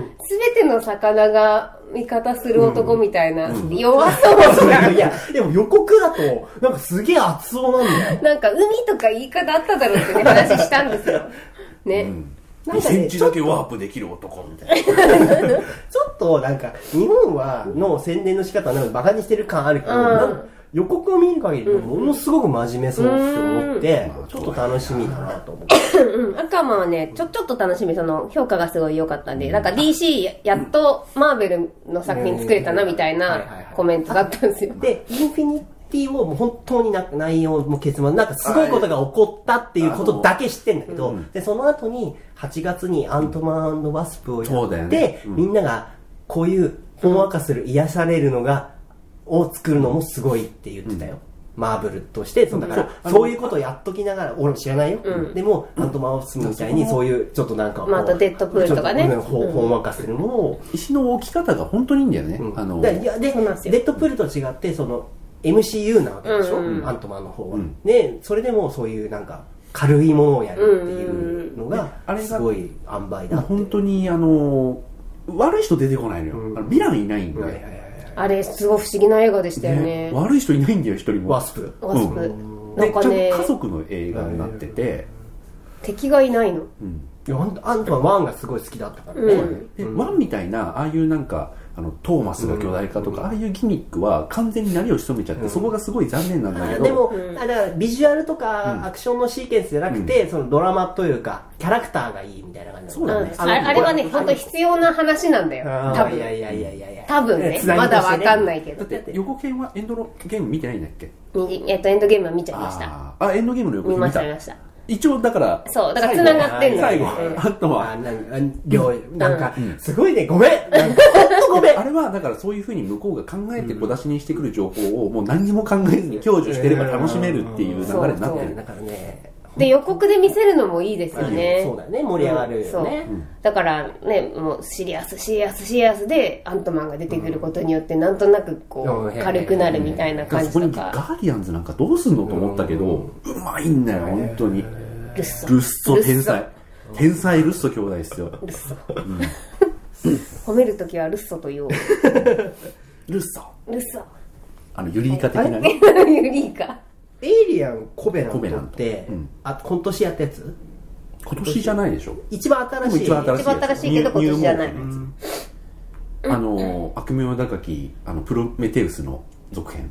ての魚が味方する男みたいな、うん、弱そうな、 うん、いやでも予告だとなんかすげえ熱そうなんだよ。 なんか海とか言い方あっただろうってね話したんですよね、うん、 なんかね、にセンチだけワープできる男みたいなちょっとなんか日本はの宣伝の仕方はなんかバカにしてる感あるけど、うん、なんか予告を見る限りものすごく真面目そうって思って、うん、ちょっと楽しみだなと思って、 うん、アクアマンはねちょちょっと楽しみ。その評価がすごい良かったんで、なんか ディーシー やっとマーベルの作品作れたなみたいなコメントだったんですよ。 でインフィニティももう本当にな内容も結末なんかすごいことが起こったっていうことだけ知ってんだけど、でその後にはちがつにアントマン&ワスプをやって、ねうん、みんながこういうほんわかする癒されるのがを作るのもすごいって言ってたよ、うん、マーブルとしてそうだから、うん、そういうことをやっときながら俺も知らないよ、うん、でもアントマンを進むみたいにそういうちょっとなんかまあ、あとデッドプールとかねほんわかするのを石の置き方が本当にいいんだよね、うん、 あのでいやでデッドプールと違ってその エムシーユー なわけでしょ、うんうん、アントマンの方は、うん、でそれでもそういうなんか軽いものをやるっていうのがすごい塩梅だって。 本当にあの悪い人出てこないのよ、うん、ヴィランいないんだよ、うんあれすごい不思議な映画でしたよね。 ね悪い人いないんだよ一人も。 ワスプ。 ワスプ。うん、なんかね。 ちゃんと家族の映画になってて、 敵がいないの。 うん、いやアントマンワンがすごい好きだったからね。 うん、ワンみたいなああいうなんかあのトーマスが巨大化とか、うん、ああいうギミックは完全に何を仕留めちゃって、うん、そこがすごい残念なんだけど。 でも、うん、あだからビジュアルとかアクションのシーケンスじゃなくて、うん、そのドラマというかキャラクターがいいみたいな感じ。 そうだね。 あ, あれはね本当必要な話なんだよ。多分。 いやいやいやいやいや。 多分ね。まだわかんないけど。 だって予告編はエンドゲーム見てないんだっけ？ えっとエンドゲームは見ちゃいました。 ああエンドゲームの予告見ました見ました。 一応だからそうだから繋がってんの最後あとはなんかすごいねごめんなんかごめんあれはだからそういう風に向こうが考えて小出しにしてくる情報をもう何にも考えずに享受してれば楽しめるっていう流れになってる。 だからねで予告で見せるのもいいですよね。 そうだね盛り上がるよね。 だからねもうシリアスシリアスシリアスでアントマンが出てくることによってなんとなくこう軽くなるみたいな感じとか。そこにガーディアンズなんかどうすんのと思ったけどうまいんだよ本当に。 ルッソルッソ天才天才ルッソ兄弟ですよ。 ルッソ、うん、褒めるときはルッソと言おう。 ルッソルッソあのユリイカ的なね。 ユリイカエイリアンコベナントって、うん、あ今年やったやつ？ 今年じゃないでしょ。 一番新しい。 一番新しいけど今年じゃない。 あの悪名高きあのプロメテウスの続編。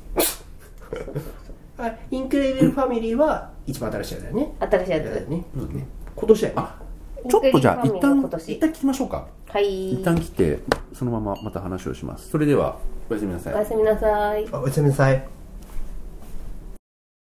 あインクレディブルファミリーは一番新しいやつだよね。 新しいやつだよね。今年だよね。 あちょっとじゃあ一旦一旦聞きましょうか。 はい。 一旦切ってそのまままた話をします。それではおやすみなさい。 おやすみなさい。 おやすみなさい。